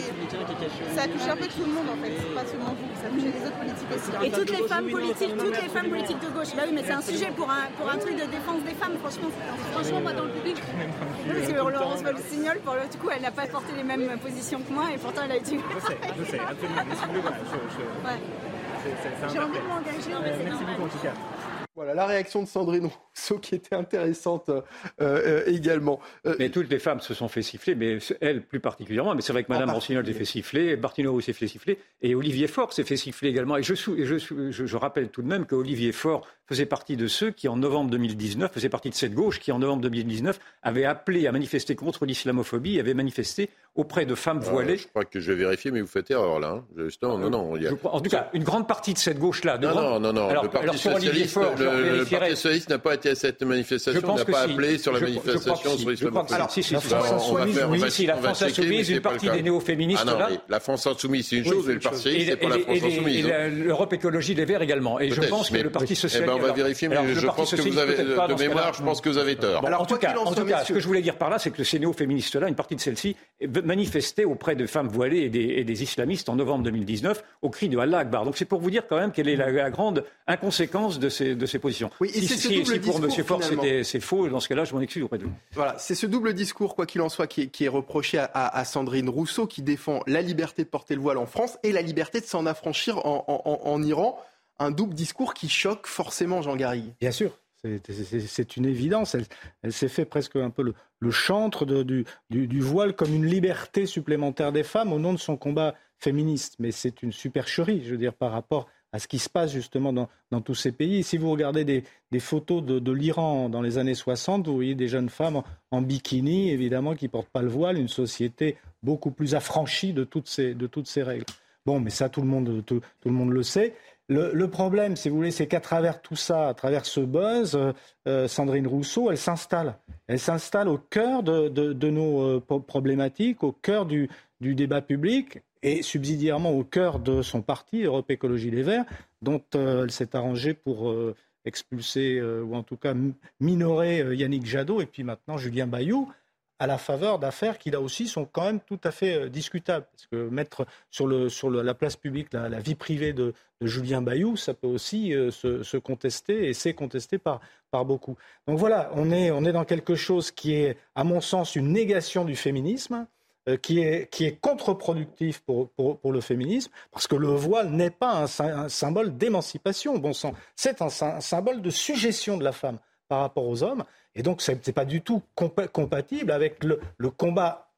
Speaker 21: Ça a touché un peu tout le monde en fait, c'est pas seulement vous, ça a touché les autres politiques aussi. Et toutes les femmes politiques, toutes les femmes politiques de gauche. Bah oui, mais c'est un sujet pour un, pour un truc de défense des femmes, franchement. Franchement, moi dans le public, parce que Laurence Wolf-Signol, pour le coup, elle n'a pas porté les mêmes positions que moi, et pourtant elle a été...
Speaker 22: Je sais, je sais, absolument. Mais si vous voulez, voilà, je, je...
Speaker 21: Ouais.
Speaker 22: C'est, c'est, c'est
Speaker 21: J'ai envie de m'engager.
Speaker 22: Euh, merci beaucoup en tout cas.
Speaker 2: Voilà la réaction de Sandrine Rousseau qui était intéressante euh, euh, également.
Speaker 12: Euh, mais toutes les femmes se sont fait siffler, mais elle plus particulièrement. Mais c'est vrai que Mme Rossignol s'est fait siffler, Martineau s'est fait siffler, et Olivier Faure s'est fait siffler également. Et je, je, je, je rappelle tout de même qu'Olivier Faure faisait partie de ceux qui, en novembre deux mille dix-neuf, faisait partie de cette gauche qui, en novembre deux mille dix-neuf, avait appelé à manifester contre l'islamophobie, avait manifesté auprès de femmes voilées.
Speaker 11: Euh, je crois que je vais vérifier, mais vous faites erreur là. Hein. Justement, non, non. Il y a...
Speaker 12: En tout cas, une grande partie de cette gauche-là.
Speaker 11: Non,
Speaker 12: grande...
Speaker 11: non, non, non.
Speaker 12: Alors,
Speaker 11: le Parti
Speaker 12: alors
Speaker 11: socialiste,
Speaker 12: Faure,
Speaker 11: le, le Parti socialiste n'a pas été à cette manifestation, n'a pas si. appelé sur la
Speaker 12: je,
Speaker 11: manifestation
Speaker 12: je
Speaker 11: sur l'islamophobie.
Speaker 12: Alors, si, si, si.
Speaker 11: Bah, on va faire,
Speaker 12: oui,
Speaker 11: on va,
Speaker 12: si, la France insoumise, une partie des néo-féministes
Speaker 11: ah non,
Speaker 12: là.
Speaker 11: La France insoumise, c'est une chose, mais le Parti socialiste, c'est pas la France insoumise.
Speaker 12: Et l'Europe écologie, les Verts également. Et je pense que le Parti socialiste.
Speaker 11: On va vérifier, mais je pense que vous avez, de mémoire, je pense que vous avez tort.
Speaker 12: En tout cas, ce que je voulais dire par là, c'est que ces néo-féministes-là, une partie de celles-ci, manifestaient auprès de femmes voilées et des, et des islamistes en novembre deux mille dix-neuf au cri de Allah Akbar. Donc c'est pour vous dire quand même quelle est la, la grande inconséquence de ces, de ces positions.
Speaker 2: Oui, et
Speaker 12: si
Speaker 2: c'est ce
Speaker 12: si,
Speaker 2: double
Speaker 12: si pour
Speaker 2: discours,
Speaker 12: M. Faure c'était, c'est faux, dans ce cas-là, je m'en excuse auprès de vous.
Speaker 2: Voilà, c'est ce double discours, quoi qu'il en soit, qui est, qui est reproché à, à, à Sandrine Rousseau, qui défend la liberté de porter le voile en France et la liberté de s'en affranchir en, en, en, en Iran. Un double discours qui choque forcément Jean Garrigue.
Speaker 13: Bien sûr. C'est, c'est, c'est une évidence. Elle, elle s'est fait presque un peu le, le chantre de, du, du, du voile comme une liberté supplémentaire des femmes au nom de son combat féministe. Mais c'est une supercherie, je veux dire, par rapport à ce qui se passe justement dans, dans tous ces pays. Si vous regardez des, des photos de, de l'Iran dans les années soixante, vous voyez des jeunes femmes en, en bikini, évidemment, qui ne portent pas le voile, une société beaucoup plus affranchie de toutes ces, de toutes ces règles. Bon, mais ça, tout le monde, tout, tout le monde le sait. Le, le problème, si vous voulez, c'est qu'à travers tout ça, à travers ce buzz, euh, Sandrine Rousseau, elle s'installe. Elle s'installe au cœur de, de, de nos euh, problématiques, au cœur du, du débat public et subsidiairement au cœur de son parti, Europe Écologie Les Verts, dont euh, elle s'est arrangée pour euh, expulser, euh, ou en tout cas minorer euh, Yannick Jadot et puis maintenant Julien Bayou, à la faveur d'affaires qui, là aussi, sont quand même tout à fait euh, discutables. Parce que mettre sur, le, sur le, la place publique la, la vie privée de, de Julien Bayou, ça peut aussi euh, se, se contester, et c'est contesté par, par beaucoup. Donc voilà, on est, on est dans quelque chose qui est, à mon sens, une négation du féminisme, euh, qui, est, qui est contre-productif pour, pour, pour le féminisme, parce que le voile n'est pas un, un symbole d'émancipation, bon sang. C'est un, un symbole de sujétion de la femme par rapport aux hommes. Et donc, ce n'est pas du tout compa- compatible avec le, le combat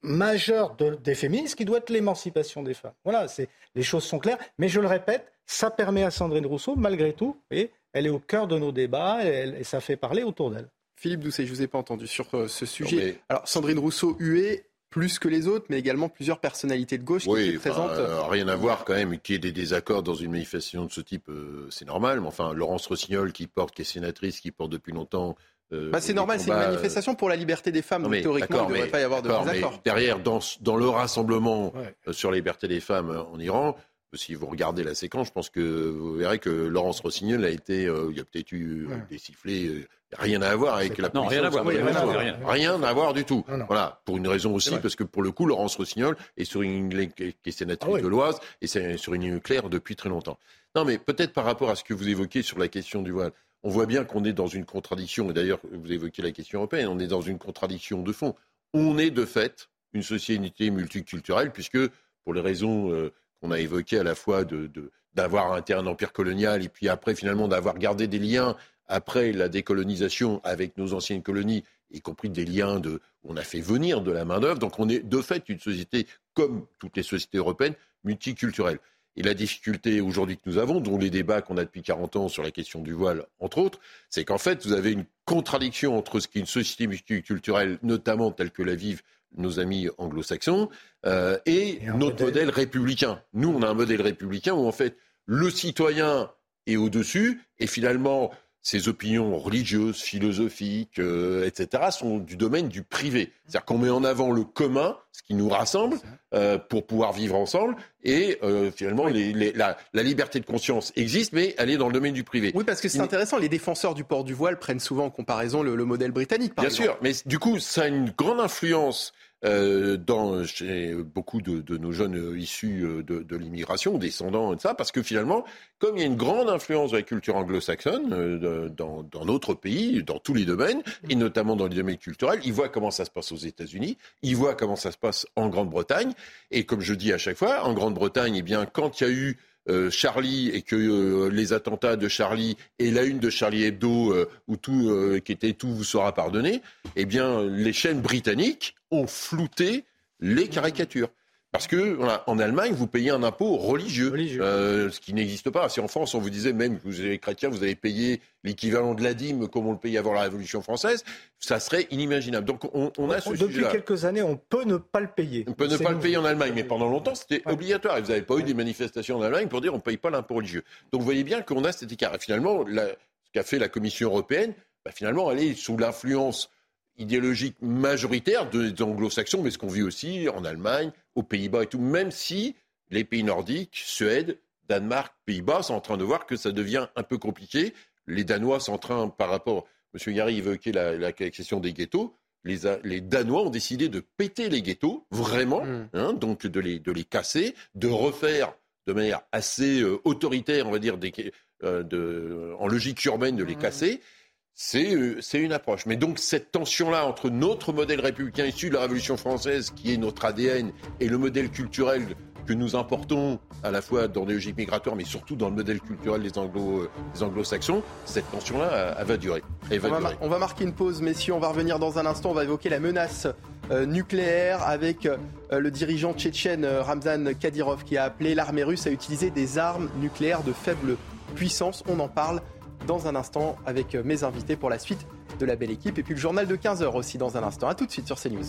Speaker 13: majeur de, des féministes qui doit être l'émancipation des femmes. Voilà, c'est, les choses sont claires. Mais je le répète, ça permet à Sandrine Rousseau, malgré tout, et elle est au cœur de nos débats et, elle, et ça fait parler autour d'elle.
Speaker 2: Philippe Doucet, je ne vous ai pas entendu sur euh, ce sujet. Non, mais... Alors, Sandrine Rousseau, huée plus que les autres, mais également plusieurs personnalités de gauche qui
Speaker 11: oui,
Speaker 2: étaient présentes.
Speaker 11: Euh, rien à voir quand même, qu'il y ait des désaccords dans une manifestation de ce type, euh, c'est normal. Mais enfin, Laurence Rossignol, qui porte, qui est sénatrice, qui porte depuis longtemps... Euh,
Speaker 2: bah c'est normal, combats, c'est une manifestation pour la liberté des femmes, non, donc théoriquement, il ne devrait pas y avoir de désaccord.
Speaker 11: Derrière, dans, dans le rassemblement ouais. euh, sur la liberté des femmes en Iran... Si vous regardez la séquence, je pense que vous verrez que Laurence Rossignol a été, euh, il y a peut-être eu euh, ouais. des sifflets, euh, rien à voir avec la
Speaker 12: non, rien à voir,
Speaker 11: oui,
Speaker 12: rien,
Speaker 11: rien,
Speaker 12: à
Speaker 11: voir.
Speaker 12: rien.
Speaker 11: rien à voir du tout.
Speaker 13: Non, non.
Speaker 11: Voilà, pour une raison aussi, parce que pour le coup, Laurence Rossignol est sur une ligne qui est sénatrice ah, oui. de l'Oise et c'est sur une ligne claire depuis très longtemps. Non, mais peut-être par rapport à ce que vous évoquez sur la question du voile, on voit bien qu'on est dans une contradiction. Et d'ailleurs, vous évoquez la question européenne, on est dans une contradiction de fond. On est de fait une société multiculturelle, puisque pour les raisons euh, qu'on a évoquées à la fois de, de, d'avoir un, un empire colonial et puis après finalement d'avoir gardé des liens après la décolonisation avec nos anciennes colonies, y compris des liens de, où on a fait venir de la main-d'œuvre. Donc on est de fait une société, comme toutes les sociétés européennes, multiculturelle. Et la difficulté aujourd'hui que nous avons, dont les débats qu'on a depuis quarante ans sur la question du voile, entre autres, c'est qu'en fait, vous avez une contradiction entre ce qui est une société multiculturelle, notamment telle que la vivent nos amis anglo-saxons, euh, et, et notre modèle... modèle républicain. Nous, on a un modèle républicain où, en fait, le citoyen est au-dessus, et finalement, ses opinions religieuses, philosophiques, euh, et cetera, sont du domaine du privé. C'est-à-dire qu'on met en avant le commun, ce qui nous rassemble, euh, pour pouvoir vivre ensemble, et euh, finalement, oui. les, les, la, la liberté de conscience existe, mais elle est dans le domaine du privé.
Speaker 2: Oui, parce que c'est intéressant, les défenseurs du port du voile prennent souvent en comparaison le, le modèle britannique, par
Speaker 11: Bien
Speaker 2: exemple.
Speaker 11: sûr, mais du coup, ça a une grande influence euh, dans, chez beaucoup de, de nos jeunes issus de, de l'immigration, descendants et de ça, parce que finalement, comme il y a une grande influence de la culture anglo-saxonne euh, dans, dans notre pays, dans tous les domaines, et notamment dans les domaines culturels, ils voient comment ça se passe aux États-Unis, ils voient comment ça se passe en Grande-Bretagne, et comme je dis à chaque fois, en Grande-Bretagne, eh bien, quand il y a eu euh, Charlie et que euh, les attentats de Charlie et la une de Charlie Hebdo, euh, où tout, euh, qui était tout vous sera pardonné, eh bien, les chaînes britanniques ont flouté les caricatures. Parce que voilà, en Allemagne, vous payez un impôt religieux, religieux. Euh, ce qui n'existe pas. Si en France, on vous disait même que vous êtes chrétien, vous allez payer l'équivalent de la dîme comme on le payait avant la Révolution française, ça serait inimaginable. Donc on, on a ce
Speaker 13: Depuis
Speaker 11: sujet-là.
Speaker 13: quelques années, on peut ne pas le payer.
Speaker 11: On peut ne
Speaker 13: C'est
Speaker 11: pas
Speaker 13: nous.
Speaker 11: le payer en Allemagne, mais pendant longtemps, c'était
Speaker 13: ouais.
Speaker 11: obligatoire. Et vous n'avez pas eu des manifestations en Allemagne pour dire on ne paye pas l'impôt religieux. Donc vous voyez bien qu'on a cet écart. Et finalement, la, ce qu'a fait la Commission européenne, bah, finalement, elle est sous l'influence idéologique majoritaire des anglo-saxons, mais ce qu'on vit aussi en Allemagne, aux Pays-Bas et tout, même si les pays nordiques, Suède, Danemark, Pays-Bas sont en train de voir que ça devient un peu compliqué. Les Danois sont en train, par rapport, M. Gary évoquait la, la question des ghettos, les, les Danois ont décidé de péter les ghettos, vraiment, mmh. hein, donc de les, de les casser, de refaire de manière assez euh, autoritaire, on va dire, des, euh, de, en logique urbaine, de les mmh. casser. C'est, euh, c'est une approche. Mais donc cette tension-là entre notre modèle républicain issu de la Révolution française, qui est notre A D N, et le modèle culturel que nous importons à la fois dans les logiques migratoires, mais surtout dans le modèle culturel des, anglo, euh, des anglo-saxons, cette tension-là, elle, elle va durer. Elle va
Speaker 2: on, va
Speaker 11: durer.
Speaker 2: Mar- on va marquer une pause, messieurs. On va revenir dans un instant. On va évoquer la menace euh, nucléaire avec euh, le dirigeant tchétchène euh, Ramzan Kadyrov, qui a appelé l'armée russe à utiliser des armes nucléaires de faible puissance. On en parle dans un instant avec mes invités pour la suite de la belle équipe. Et puis le journal de quinze heures aussi dans un instant. A tout de suite sur CNews.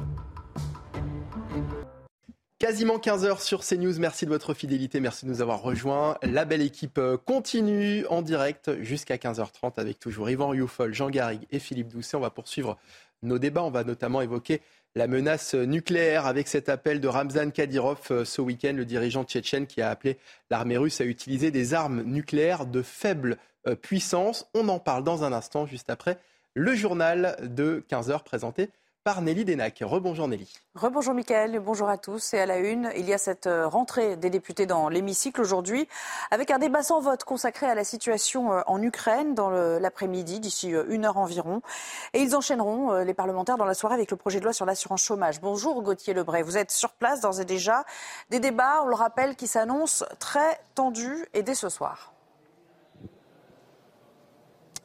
Speaker 2: Quasiment quinze heures sur CNews. Merci de votre fidélité. Merci de nous avoir rejoints. La belle équipe continue en direct jusqu'à quinze heures trente avec toujours Yvan Rioufol, Jean Garrigue et Philippe Doucet. On va poursuivre nos débats. On va notamment évoquer la menace nucléaire avec cet appel de Ramzan Kadyrov ce week-end, le dirigeant tchétchène qui a appelé l'armée russe à utiliser des armes nucléaires de faible puissance. On en parle dans un instant, juste après le journal de quinze heures présenté par Nelly Denac. Rebonjour Nelly.
Speaker 4: Rebonjour Mickaël, bonjour à tous. Et à la une, il y a cette rentrée des députés dans l'hémicycle aujourd'hui, avec un débat sans vote consacré à la situation en Ukraine dans le, l'après-midi, d'ici une heure environ. Et ils enchaîneront, les parlementaires, dans la soirée avec le projet de loi sur l'assurance chômage. Bonjour Gauthier Lebray, vous êtes sur place d'ores et déjà. Des débats, on le rappelle, qui s'annoncent très tendus et dès ce soir.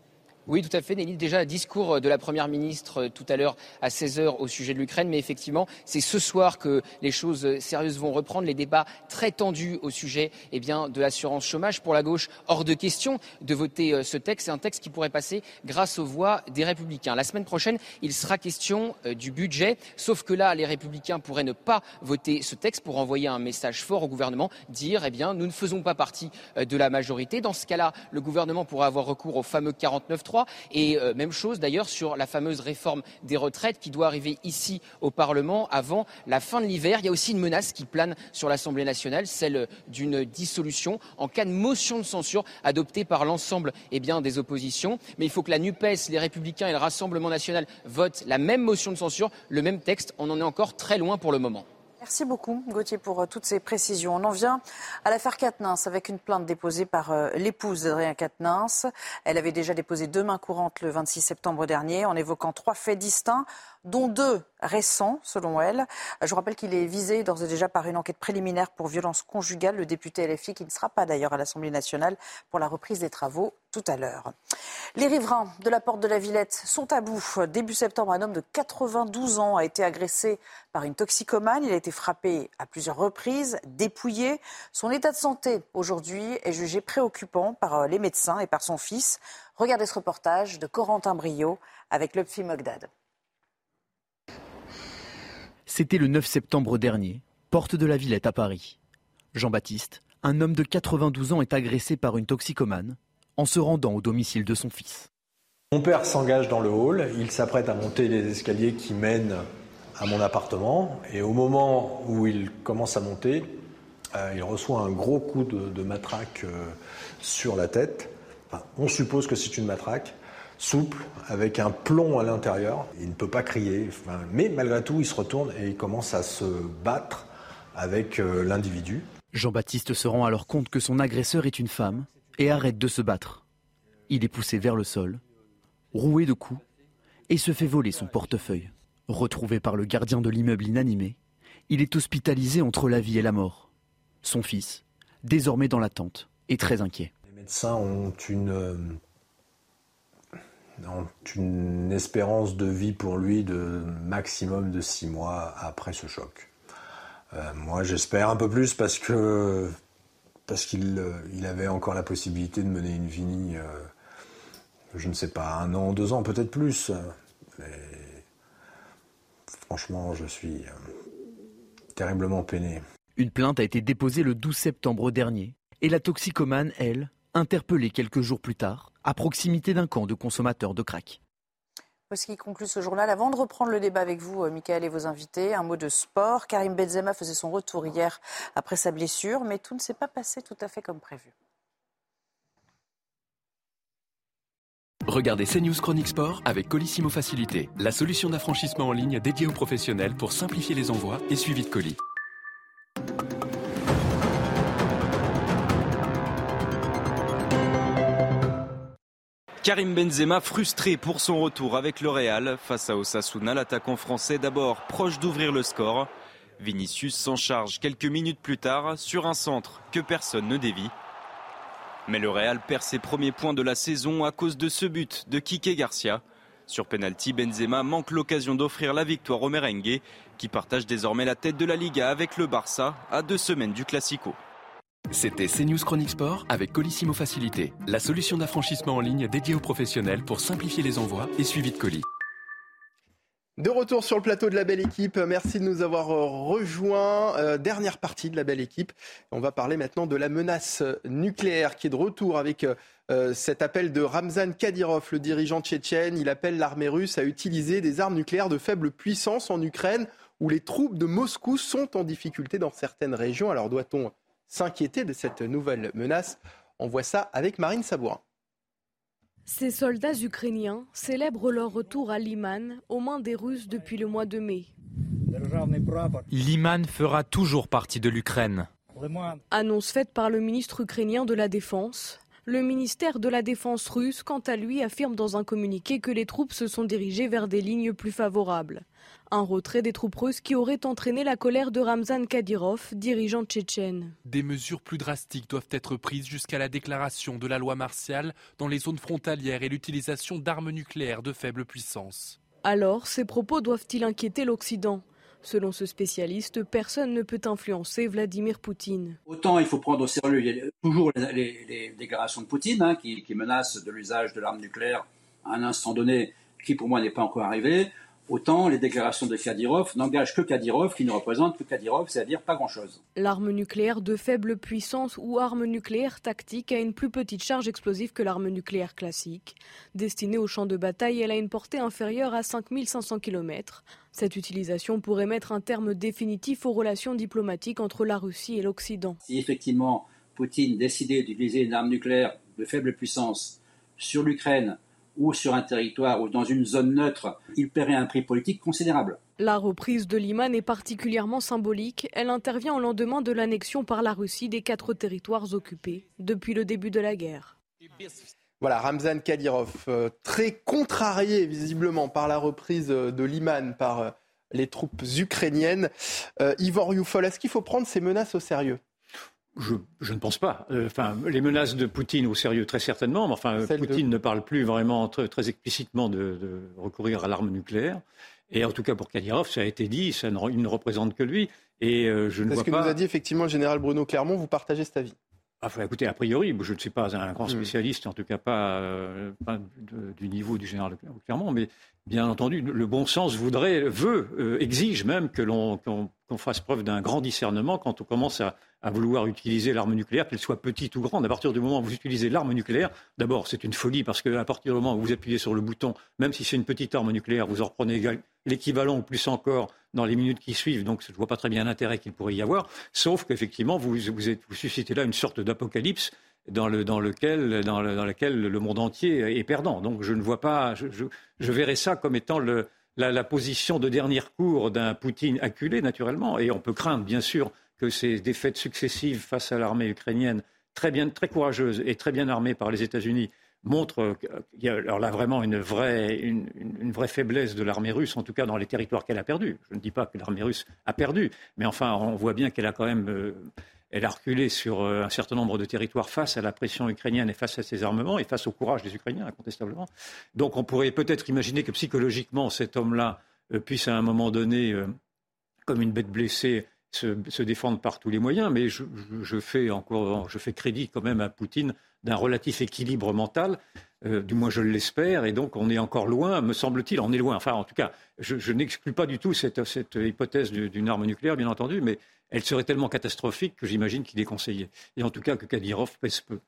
Speaker 1: Oui, tout à fait, Nelly. Déjà, discours de la Première ministre tout à l'heure à seize heures au sujet de l'Ukraine. Mais effectivement, c'est ce soir que les choses sérieuses vont reprendre. Les débats très tendus au sujet eh bien, de l'assurance chômage. Pour la gauche, hors de question de voter ce texte. C'est un texte qui pourrait passer grâce aux voix des Républicains. La semaine prochaine, il sera question du budget. Sauf que là, les Républicains pourraient ne pas voter ce texte pour envoyer un message fort au gouvernement. Dire, eh bien, nous ne faisons pas partie de la majorité. Dans ce cas-là, le gouvernement pourra avoir recours au fameux quarante-neuf trois. Et euh, même chose d'ailleurs sur la fameuse réforme des retraites qui doit arriver ici au Parlement avant la fin de l'hiver. Il y a aussi une menace qui plane sur l'Assemblée nationale, celle d'une dissolution en cas de motion de censure adoptée par l'ensemble eh bien, des oppositions. Mais il faut que la NUPES, les Républicains et le Rassemblement national votent la même motion de censure, le même texte. On en est encore très loin pour le moment.
Speaker 4: Merci beaucoup, Gauthier, pour toutes ces précisions. On en vient à l'affaire Quatennens avec une plainte déposée par l'épouse d'Adrien Quatennens. Elle avait déjà déposé deux mains courantes le vingt-six septembre dernier en évoquant trois faits distincts, dont deux récents, selon elle. Je vous rappelle qu'il est visé d'ores et déjà par une enquête préliminaire pour violence conjugale. Le député L F I, qui ne sera pas d'ailleurs à l'Assemblée nationale pour la reprise des travaux tout à l'heure. Les riverains de la Porte de la Villette sont à bout. Début septembre, un homme de quatre-vingt-douze ans a été agressé par une toxicomane. Il a été frappé à plusieurs reprises, dépouillé. Son état de santé aujourd'hui est jugé préoccupant par les médecins et par son fils. Regardez ce reportage de Corentin Brio avec Lubfi Mogdad.
Speaker 6: C'était le neuf septembre dernier, porte de la Villette à Paris. Jean-Baptiste, un homme de quatre-vingt-douze ans, est agressé par une toxicomane en se rendant au domicile de son fils.
Speaker 15: Mon père s'engage dans le hall, il s'apprête à monter les escaliers qui mènent à mon appartement. Et au moment où il commence à monter, euh, il reçoit un gros coup de, de matraque euh, sur la tête. Enfin, on suppose que c'est une matraque. Souple, avec un plomb à l'intérieur. Il ne peut pas crier, enfin, mais malgré tout, il se retourne et il commence à se battre avec euh, l'individu.
Speaker 6: Jean-Baptiste se rend alors compte que son agresseur est une femme et arrête de se battre. Il est poussé vers le sol, roué de coups, et se fait voler son portefeuille. Retrouvé par le gardien de l'immeuble inanimé, il est hospitalisé entre la vie et la mort. Son fils, désormais dans l'attente, est très inquiet.
Speaker 15: Les médecins ont une... Euh... une espérance de vie pour lui de maximum de six mois après ce choc. Euh, moi, j'espère un peu plus parce que parce qu'il euh, il avait encore la possibilité de mener une vie, euh, je ne sais pas, un an, deux ans, peut-être plus. Mais franchement, je suis euh, terriblement peiné.
Speaker 6: Une plainte a été déposée le douze septembre dernier et la toxicomane, elle, interpellée quelques jours plus tard, à proximité d'un camp de consommateurs de crack.
Speaker 4: Ce qui conclut ce journal. Avant de reprendre le débat avec vous, Mickaël et vos invités, un mot de sport. Karim Benzema faisait son retour hier après sa blessure, mais tout ne s'est pas passé tout à fait comme prévu.
Speaker 23: Regardez CNews Chronique Sport avec Colissimo Facilité, la solution d'affranchissement en ligne dédiée aux professionnels pour simplifier les envois et suivi de colis.
Speaker 24: Karim Benzema frustré pour son retour avec le Real face à Osasuna, l'attaquant français d'abord proche d'ouvrir le score. Vinicius s'en charge quelques minutes plus tard sur un centre que personne ne dévie. Mais le Real perd ses premiers points de la saison à cause de ce but de Quique Garcia. Sur penalty, Benzema manque l'occasion d'offrir la victoire au merengue qui partage désormais la tête de la Liga avec le Barça à deux semaines du Classico.
Speaker 23: C'était CNews Chronique Sport avec Colissimo Facilité, la solution d'affranchissement en ligne dédiée aux professionnels pour simplifier les envois et suivi de colis.
Speaker 2: De retour sur le plateau de la Belle Équipe, merci de nous avoir rejoints. Euh, dernière partie de la Belle Équipe. On va parler maintenant de la menace nucléaire qui est de retour avec euh, cet appel de Ramzan Kadyrov, le dirigeant tchétchène. Il appelle l'armée russe à utiliser des armes nucléaires de faible puissance en Ukraine où les troupes de Moscou sont en difficulté dans certaines régions. Alors doit-on s'inquiéter de cette nouvelle menace? On voit ça avec Marine Sabourin.
Speaker 25: Ces soldats ukrainiens célèbrent leur retour à Liman aux mains des Russes depuis le mois de mai.
Speaker 26: Liman fera toujours partie de l'Ukraine.
Speaker 25: Annonce faite par le ministre ukrainien de la Défense. Le ministère de la Défense russe, quant à lui, affirme dans un communiqué que les troupes se sont dirigées vers des lignes plus favorables. Un retrait des troupes russes qui aurait entraîné la colère de Ramzan Kadyrov, dirigeant tchétchène.
Speaker 3: Des mesures plus drastiques doivent être prises jusqu'à la déclaration de la loi martiale dans les zones frontalières et l'utilisation d'armes nucléaires de faible puissance.
Speaker 25: Alors, ces propos doivent-ils inquiéter l'Occident ? Selon ce spécialiste, personne ne peut influencer Vladimir Poutine.
Speaker 5: Autant il faut prendre au sérieux, il y a toujours les, les, les déclarations de Poutine hein, qui, qui menacent de l'usage de l'arme nucléaire à un instant donné, qui pour moi n'est pas encore arrivé. Autant les déclarations de Kadyrov n'engagent que Kadyrov, qui ne représente que Kadyrov, c'est-à-dire pas grand-chose.
Speaker 25: L'arme nucléaire de faible puissance ou arme nucléaire tactique a une plus petite charge explosive que l'arme nucléaire classique. Destinée au champ de bataille, elle a une portée inférieure à cinq mille cinq cents kilomètres. Cette utilisation pourrait mettre un terme définitif aux relations diplomatiques entre la Russie et l'Occident.
Speaker 5: Si effectivement Poutine décidait d'utiliser une arme nucléaire de faible puissance sur l'Ukraine, ou sur un territoire ou dans une zone neutre, il paierait un prix politique considérable.
Speaker 25: La reprise de Liman est particulièrement symbolique. Elle intervient au lendemain de l'annexion par la Russie des quatre territoires occupés depuis le début de la guerre.
Speaker 2: Voilà, Ramzan Kadyrov, euh, très contrarié visiblement par la reprise de Liman par euh, les troupes ukrainiennes. Euh, Ivor Youfol, est-ce qu'il faut prendre ces menaces au sérieux ?
Speaker 12: Je, je ne pense pas. Euh, enfin, les menaces de Poutine au sérieux, très certainement. Mais enfin, Celle Poutine de... ne parle plus vraiment très, très explicitement de, de recourir à l'arme nucléaire. Et en tout cas, pour Kadyrov, ça a été dit, ça ne, il ne représente que lui. Et euh, je ne vois
Speaker 2: pas... C'est ce que
Speaker 12: pas...
Speaker 2: nous a dit effectivement le général Bruno Clermont. Vous partagez cet avis ?
Speaker 12: Enfin, écoutez, a priori, je ne suis pas un grand spécialiste, en tout cas pas, euh, pas de, du niveau du général Clermont, mais bien entendu, le bon sens voudrait, veut, euh, exige même que l'on, qu'on, qu'on fasse preuve d'un grand discernement quand on commence à, à vouloir utiliser l'arme nucléaire, qu'elle soit petite ou grande. À partir du moment où vous utilisez l'arme nucléaire, d'abord, c'est une folie parce qu'à partir du moment où vous appuyez sur le bouton, même si c'est une petite arme nucléaire, vous en reprenez l'équivalent ou plus encore dans les minutes qui suivent. Donc, je ne vois pas très bien l'intérêt qu'il pourrait y avoir, sauf qu'effectivement, vous, vous, êtes, vous suscitez là une sorte d'apocalypse dans, le, dans, lequel, dans, le, dans laquelle le monde entier est perdant. Donc, je ne vois pas, je, je, je verrais ça comme étant le, la, la position de dernier recours d'un Poutine acculé, naturellement. Et on peut craindre, bien sûr, que ces défaites successives face à l'armée ukrainienne, très, bien, très courageuse et très bien armée par les États-Unis, montre qu'il y a alors là vraiment une vraie, une, une vraie faiblesse de l'armée russe, en tout cas dans les territoires qu'elle a perdus. Je ne dis pas que l'armée russe a perdu, mais enfin on voit bien qu'elle a quand même euh, elle a reculé sur euh, un certain nombre de territoires face à la pression ukrainienne et face à ses armements et face au courage des Ukrainiens, incontestablement. Donc on pourrait peut-être imaginer que psychologiquement cet homme-là euh, puisse à un moment donné, euh, comme une bête blessée, se, se défendre par tous les moyens, mais je, je, je, fais encore, je fais crédit quand même à Poutine d'un relatif équilibre mental, euh, du moins je l'espère, et donc on est encore loin, me semble-t-il, on est loin. Enfin, en tout cas, je, je n'exclus pas du tout cette, cette hypothèse d'une arme nucléaire, bien entendu, mais elle serait tellement catastrophique que j'imagine qu'il est conseillé. Et en tout cas que Kadyrov pèse peu.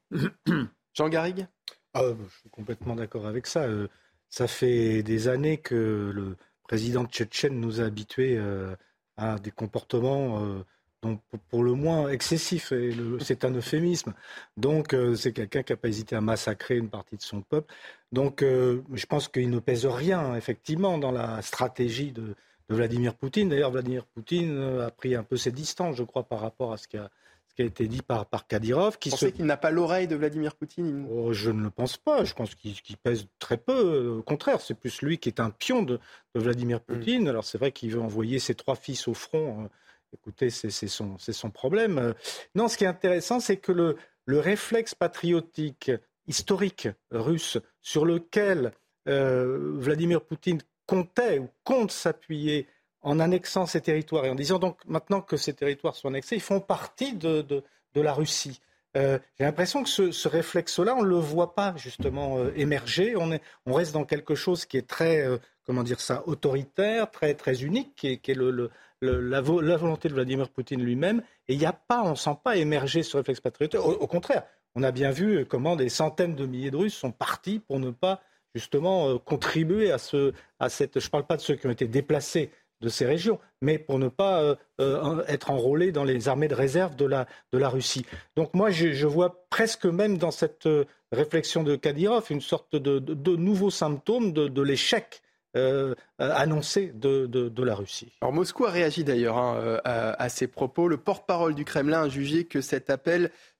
Speaker 2: Jean Garrigue ?
Speaker 13: ah, Je suis complètement d'accord avec ça. Euh, ça fait des années que le président tchétchène nous a habitués euh, à des comportements... Euh, donc pour le moins excessif, et le, c'est un euphémisme. Donc euh, c'est quelqu'un qui n'a pas hésité à massacrer une partie de son peuple. Donc euh, je pense qu'il ne pèse rien, effectivement, dans la stratégie de, de Vladimir Poutine. D'ailleurs, Vladimir Poutine a pris un peu ses distances, je crois, par rapport à ce qui a, ce qui a été dit par, par Kadyrov. Qui
Speaker 2: Vous pensez
Speaker 13: se...
Speaker 2: qu'il n'a pas l'oreille de Vladimir Poutine ?
Speaker 13: oh, Je ne le pense pas. Je pense qu'il, qu'il pèse très peu. Au contraire, c'est plus lui qui est un pion de, de Vladimir Poutine. Mmh. Alors c'est vrai qu'il veut envoyer ses trois fils au front. Euh, Écoutez, c'est, c'est, son, c'est son problème. Non, ce qui est intéressant, c'est que le, le réflexe patriotique historique russe sur lequel euh, Vladimir Poutine comptait ou compte s'appuyer en annexant ces territoires et en disant donc maintenant que ces territoires sont annexés, ils font partie de, de, de la Russie. Euh, j'ai l'impression que ce, ce réflexe-là, on ne le voit pas justement euh, émerger. On, est, on reste dans quelque chose qui est très, euh, comment dire ça, autoritaire, très, très unique, qui est, qui est le, le, le, la, vo- la volonté de Vladimir Poutine lui-même. Et il n'y a pas, on ne sent pas émerger ce réflexe patriotique. Au, au contraire, on a bien vu comment des centaines de milliers de Russes sont partis pour ne pas justement euh, contribuer à, ce, à cette... Je ne parle pas de ceux qui ont été déplacés de ces régions, mais pour ne pas euh, euh, être enrôlés dans les armées de réserve de la, de la Russie. Donc moi, je, je vois presque même dans cette euh, réflexion de Kadyrov une sorte de, de, de nouveau symptôme de, de l'échec euh, annoncé de, de, de la Russie.
Speaker 2: Alors Moscou a réagi d'ailleurs hein, à, à ces propos. Le porte-parole du Kremlin a jugé que cet appel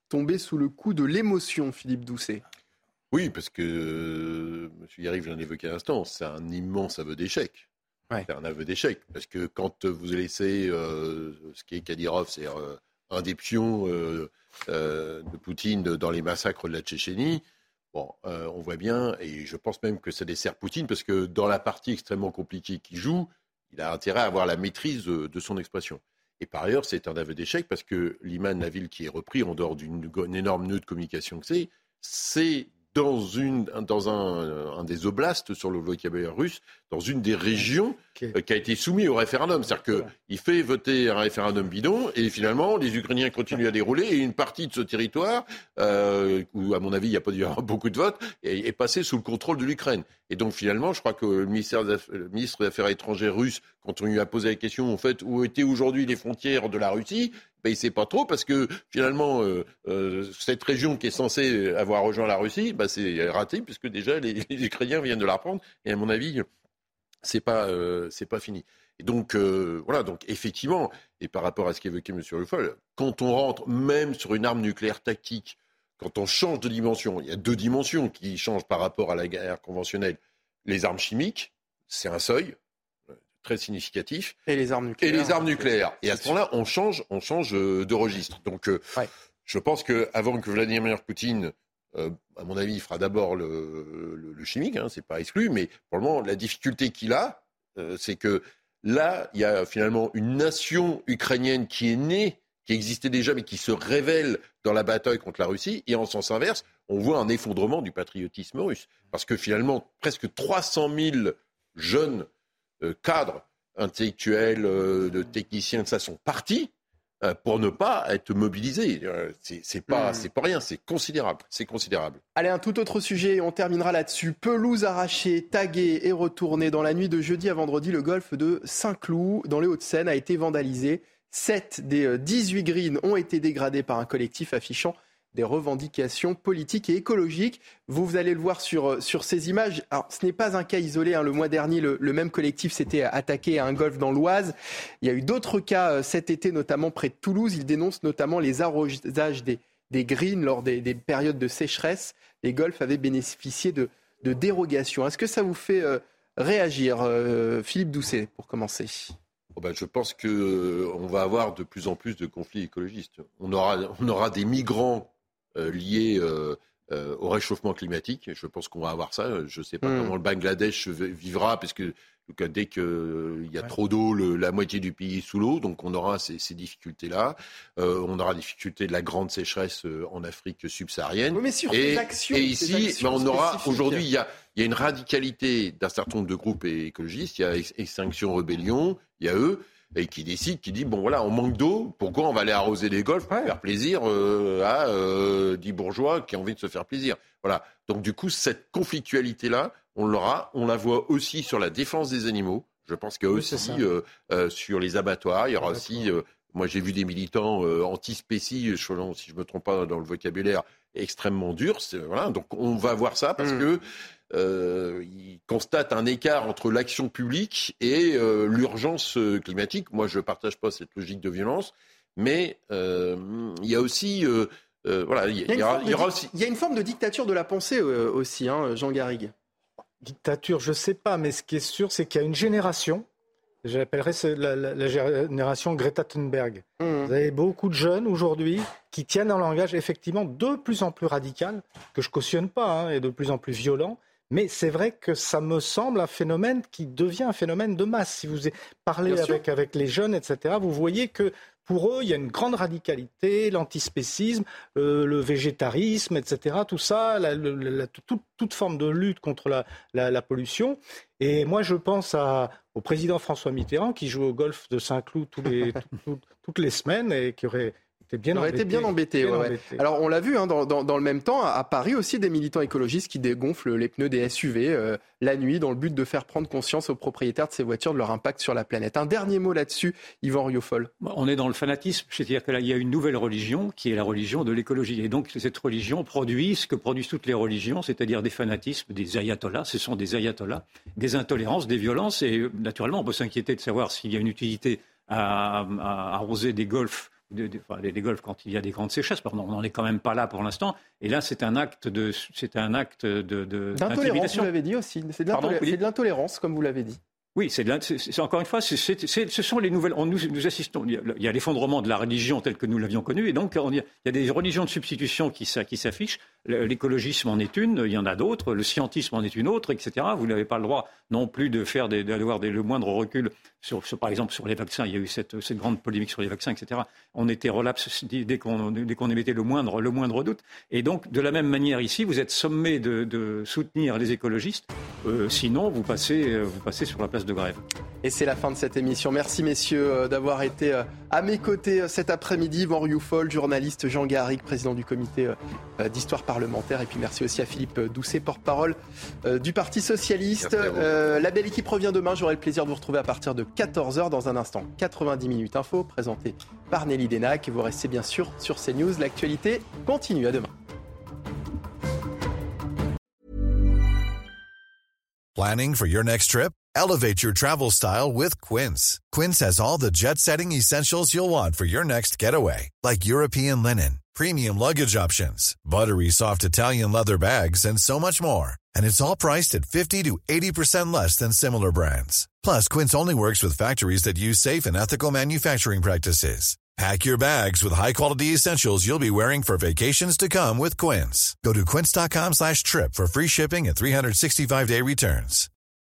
Speaker 2: tombé sous le coup de l'émotion, Philippe Doucet.
Speaker 11: Oui, parce que, euh, M. Yariv vient d'évoquer à l'instant, c'est un immense aveu d'échec. Ouais. C'est un aveu d'échec, parce que quand vous laissez euh, ce qui est Kadyrov, c'est euh, un des pions euh, euh, de Poutine dans les massacres de la Tchétchénie, bon, euh, on voit bien, et je pense même que ça dessert Poutine, parce que dans la partie extrêmement compliquée qu'il joue, il a intérêt à avoir la maîtrise de, de son expression. Et par ailleurs, c'est un aveu d'échec, parce que Liman, la ville qui est repris, en dehors d'une, d'une énorme nœud de communication que c'est, c'est dans, une, dans un, un des oblasts sur le vocabulaire russe, dans une des régions okay. euh, qui a été soumise au référendum. C'est-à-dire qu'il fait voter un référendum bidon et finalement, les Ukrainiens continuent à dérouler et une partie de ce territoire, euh, où à mon avis, il n'y a pas dû y avoir beaucoup de votes, est, est passée sous le contrôle de l'Ukraine. Et donc finalement, je crois que le, ministère des Affaires, le ministre des Affaires étrangères russe, quand on lui a posé la question, en fait, où étaient aujourd'hui les frontières de la Russie, ben, il ne sait pas trop parce que finalement, euh, euh, cette région qui est censée avoir rejoint la Russie, ben, c'est raté puisque déjà les, les Ukrainiens viennent de la reprendre et à mon avis, c'est pas, euh, c'est pas fini. Et donc euh, voilà, donc effectivement, et par rapport à ce qu'évoquait M. Le Foll, quand on rentre même sur une arme nucléaire tactique, quand on change de dimension, il y a deux dimensions qui changent par rapport à la guerre conventionnelle. Les armes chimiques, c'est un seuil très significatif.
Speaker 2: Et les armes nucléaires.
Speaker 11: Et les armes nucléaires. Et à ce moment-là, on change, on change de registre. Donc, euh, ouais. je pense qu'avant que Vladimir Poutine, euh, à mon avis, il fera d'abord le, le, le chimique, hein, c'est pas exclu, mais pour le moment, la difficulté qu'il a, euh, c'est que là, il y a finalement une nation ukrainienne qui est née, qui existait déjà, mais qui se révèle dans la bataille contre la Russie. Et en sens inverse, on voit un effondrement du patriotisme russe. Parce que finalement, presque trois cent mille jeunes Euh, cadres intellectuels, euh, de techniciens, de ça, sont partis euh, pour ne pas être mobilisés. Euh, c'est, c'est, pas, mmh. c'est pas rien, c'est considérable, c'est considérable.
Speaker 2: Allez, un tout autre sujet, on terminera là-dessus. Pelouse arrachée, taguée et retournée. Dans la nuit de jeudi à vendredi, le golfe de Saint-Cloud, dans les Hauts-de-Seine, a été vandalisé. Sept des dix-huit greens ont été dégradés par un collectif affichant des revendications politiques et écologiques. Vous, vous allez le voir sur, sur ces images. Alors, ce n'est pas un cas isolé. Hein. Le mois dernier, le, le même collectif s'était attaqué à un golf dans l'Oise. Il y a eu d'autres cas cet été, notamment près de Toulouse. Ils dénoncent notamment les arrosages des, des greens lors des, des périodes de sécheresse. Les golfs avaient bénéficié de, de dérogations. Est-ce que ça vous fait euh, réagir, euh, Philippe Doucet, pour commencer ?
Speaker 11: Oh ben, je pense qu'on euh, va avoir de plus en plus de conflits écologistes. On aura, on aura des migrants Euh, liés euh, euh, au réchauffement climatique. Je pense qu'on va avoir ça. Je ne sais pas mmh. comment le Bangladesh vivra, parce que dès qu'il euh, y a ouais. trop d'eau, le, la moitié du pays est sous l'eau, donc on aura ces, ces difficultés-là. Euh, on aura des difficultés de la grande sécheresse euh, en Afrique subsaharienne.
Speaker 2: Oui, mais sur
Speaker 11: et,
Speaker 2: ces actions,
Speaker 11: et ici,
Speaker 2: ces actions
Speaker 11: ben on aura aujourd'hui, il y a, y a une radicalité d'un certain nombre de groupes écologistes. Il y a Extinction Rebellion, il y a eux. Et qui décide, qui dit, bon voilà, on manque d'eau, pourquoi on va aller arroser les golfs pour ouais. faire plaisir euh, à euh, dix bourgeois qui ont envie de se faire plaisir. Voilà. Donc du coup, cette conflictualité-là, on l'aura, on la voit aussi sur la défense des animaux. Je pense qu'il y a oui, aussi euh, euh, sur les abattoirs, il y aura aussi, euh, moi j'ai vu des militants euh, anti-spécies, si je ne me trompe pas dans le vocabulaire, extrêmement durs. C'est, voilà. Donc on va voir ça parce mmh. que Euh, il constate un écart entre l'action publique et euh, l'urgence climatique. Moi, je ne partage pas cette logique de violence, mais euh, il y a aussi... Euh, euh, voilà, il y, y, y, aura, y, aura aussi...
Speaker 2: il y a une forme de dictature de la pensée euh, aussi, hein, Jean Garrigue.
Speaker 13: Dictature, je ne sais pas, mais ce qui est sûr, c'est qu'il y a une génération, j'appellerais la, la, la génération Greta Thunberg. Mmh. Vous avez beaucoup de jeunes aujourd'hui qui tiennent un langage effectivement de plus en plus radical, que je ne cautionne pas, hein, et de plus en plus violent. Mais c'est vrai que ça me semble un phénomène qui devient un phénomène de masse. Si vous parlez avec, avec les jeunes, et cetera, vous voyez que pour eux, il y a une grande radicalité, l'antispécisme, euh, le végétarisme, et cetera. Tout ça, la, la, la, toute, toute forme de lutte contre la, la, la pollution. Et moi, je pense à, au président François Mitterrand qui joue au golf de Saint-Cloud tous les, tout, tout, toutes les semaines et qui aurait... Bien
Speaker 2: on aurait été bien embêté. Ouais, ouais. Alors on l'a vu, hein, dans, dans, dans le même temps, à Paris aussi, des militants écologistes qui dégonflent les pneus des S U V euh, la nuit dans le but de faire prendre conscience aux propriétaires de ces voitures de leur impact sur la planète. Un dernier mot là-dessus, Yvan Rioufol.
Speaker 12: On est dans le fanatisme, c'est-à-dire qu'il y a une nouvelle religion qui est la religion de l'écologie. Et donc cette religion produit ce que produisent toutes les religions, c'est-à-dire des fanatismes, des ayatollahs. Ce sont des ayatollahs, des intolérances, des violences. Et naturellement, on peut s'inquiéter de savoir s'il y a une utilité à, à arroser des golfs de, de, enfin, les, les golfs quand il y a des grandes sécheresses. Pardon, on n'en est quand même pas là pour l'instant. Et là, c'est un acte de, c'est un acte de, de
Speaker 2: d'intolérance. Vous l'avez dit aussi. C'est de, Pardon, c'est de l'intolérance, comme vous l'avez dit.
Speaker 12: Oui, c'est, de c'est, c'est encore une fois, c'est, c'est, c'est, ce sont les nouvelles. On, nous, nous assistons. Il y, a, il y a l'effondrement de la religion telle que nous l'avions connue, et donc on, il y a des religions de substitution qui, qui s'affichent. L'écologisme en est une, il y en a d'autres. Le scientisme en est une autre, et cetera. Vous n'avez pas le droit non plus de faire des, d'avoir des, le moindre recul sur, sur, par exemple, sur les vaccins. Il y a eu cette, cette grande polémique sur les vaccins, et cetera. On était relapse dès qu'on, dès qu'on émettait le moindre, le moindre doute. Et donc, de la même manière ici, vous êtes sommé de, de soutenir les écologistes. Euh, sinon, vous passez, vous passez sur la place de grève.
Speaker 2: Et c'est la fin de cette émission. Merci messieurs d'avoir été à mes côtés cet après-midi. Yvan Rioufol, journaliste, Jean Garrigue, président du comité d'histoire parlementaire. Et puis merci aussi à Philippe Doucet, porte-parole du Parti Socialiste. Euh, la belle équipe revient demain. J'aurai le plaisir de vous retrouver à partir de quatorze heures dans un instant. quatre-vingt-dix minutes info, présenté par Nelly Denac. Et vous restez bien sûr sur CNews. L'actualité continue. À demain.
Speaker 7: Planning for your next trip? Elevate your travel style with Quince. Quince has all the jet-setting essentials you'll want for your next getaway, like European linen, premium luggage options, buttery soft Italian leather bags, and so much more. And it's all priced at fifty to eighty percent less than similar brands. Plus, Quince only works with factories that use safe and ethical manufacturing practices. Pack your bags with high-quality essentials you'll be wearing for vacations to come with Quince. Go to quince.com slash trip for free shipping and three sixty-five day returns.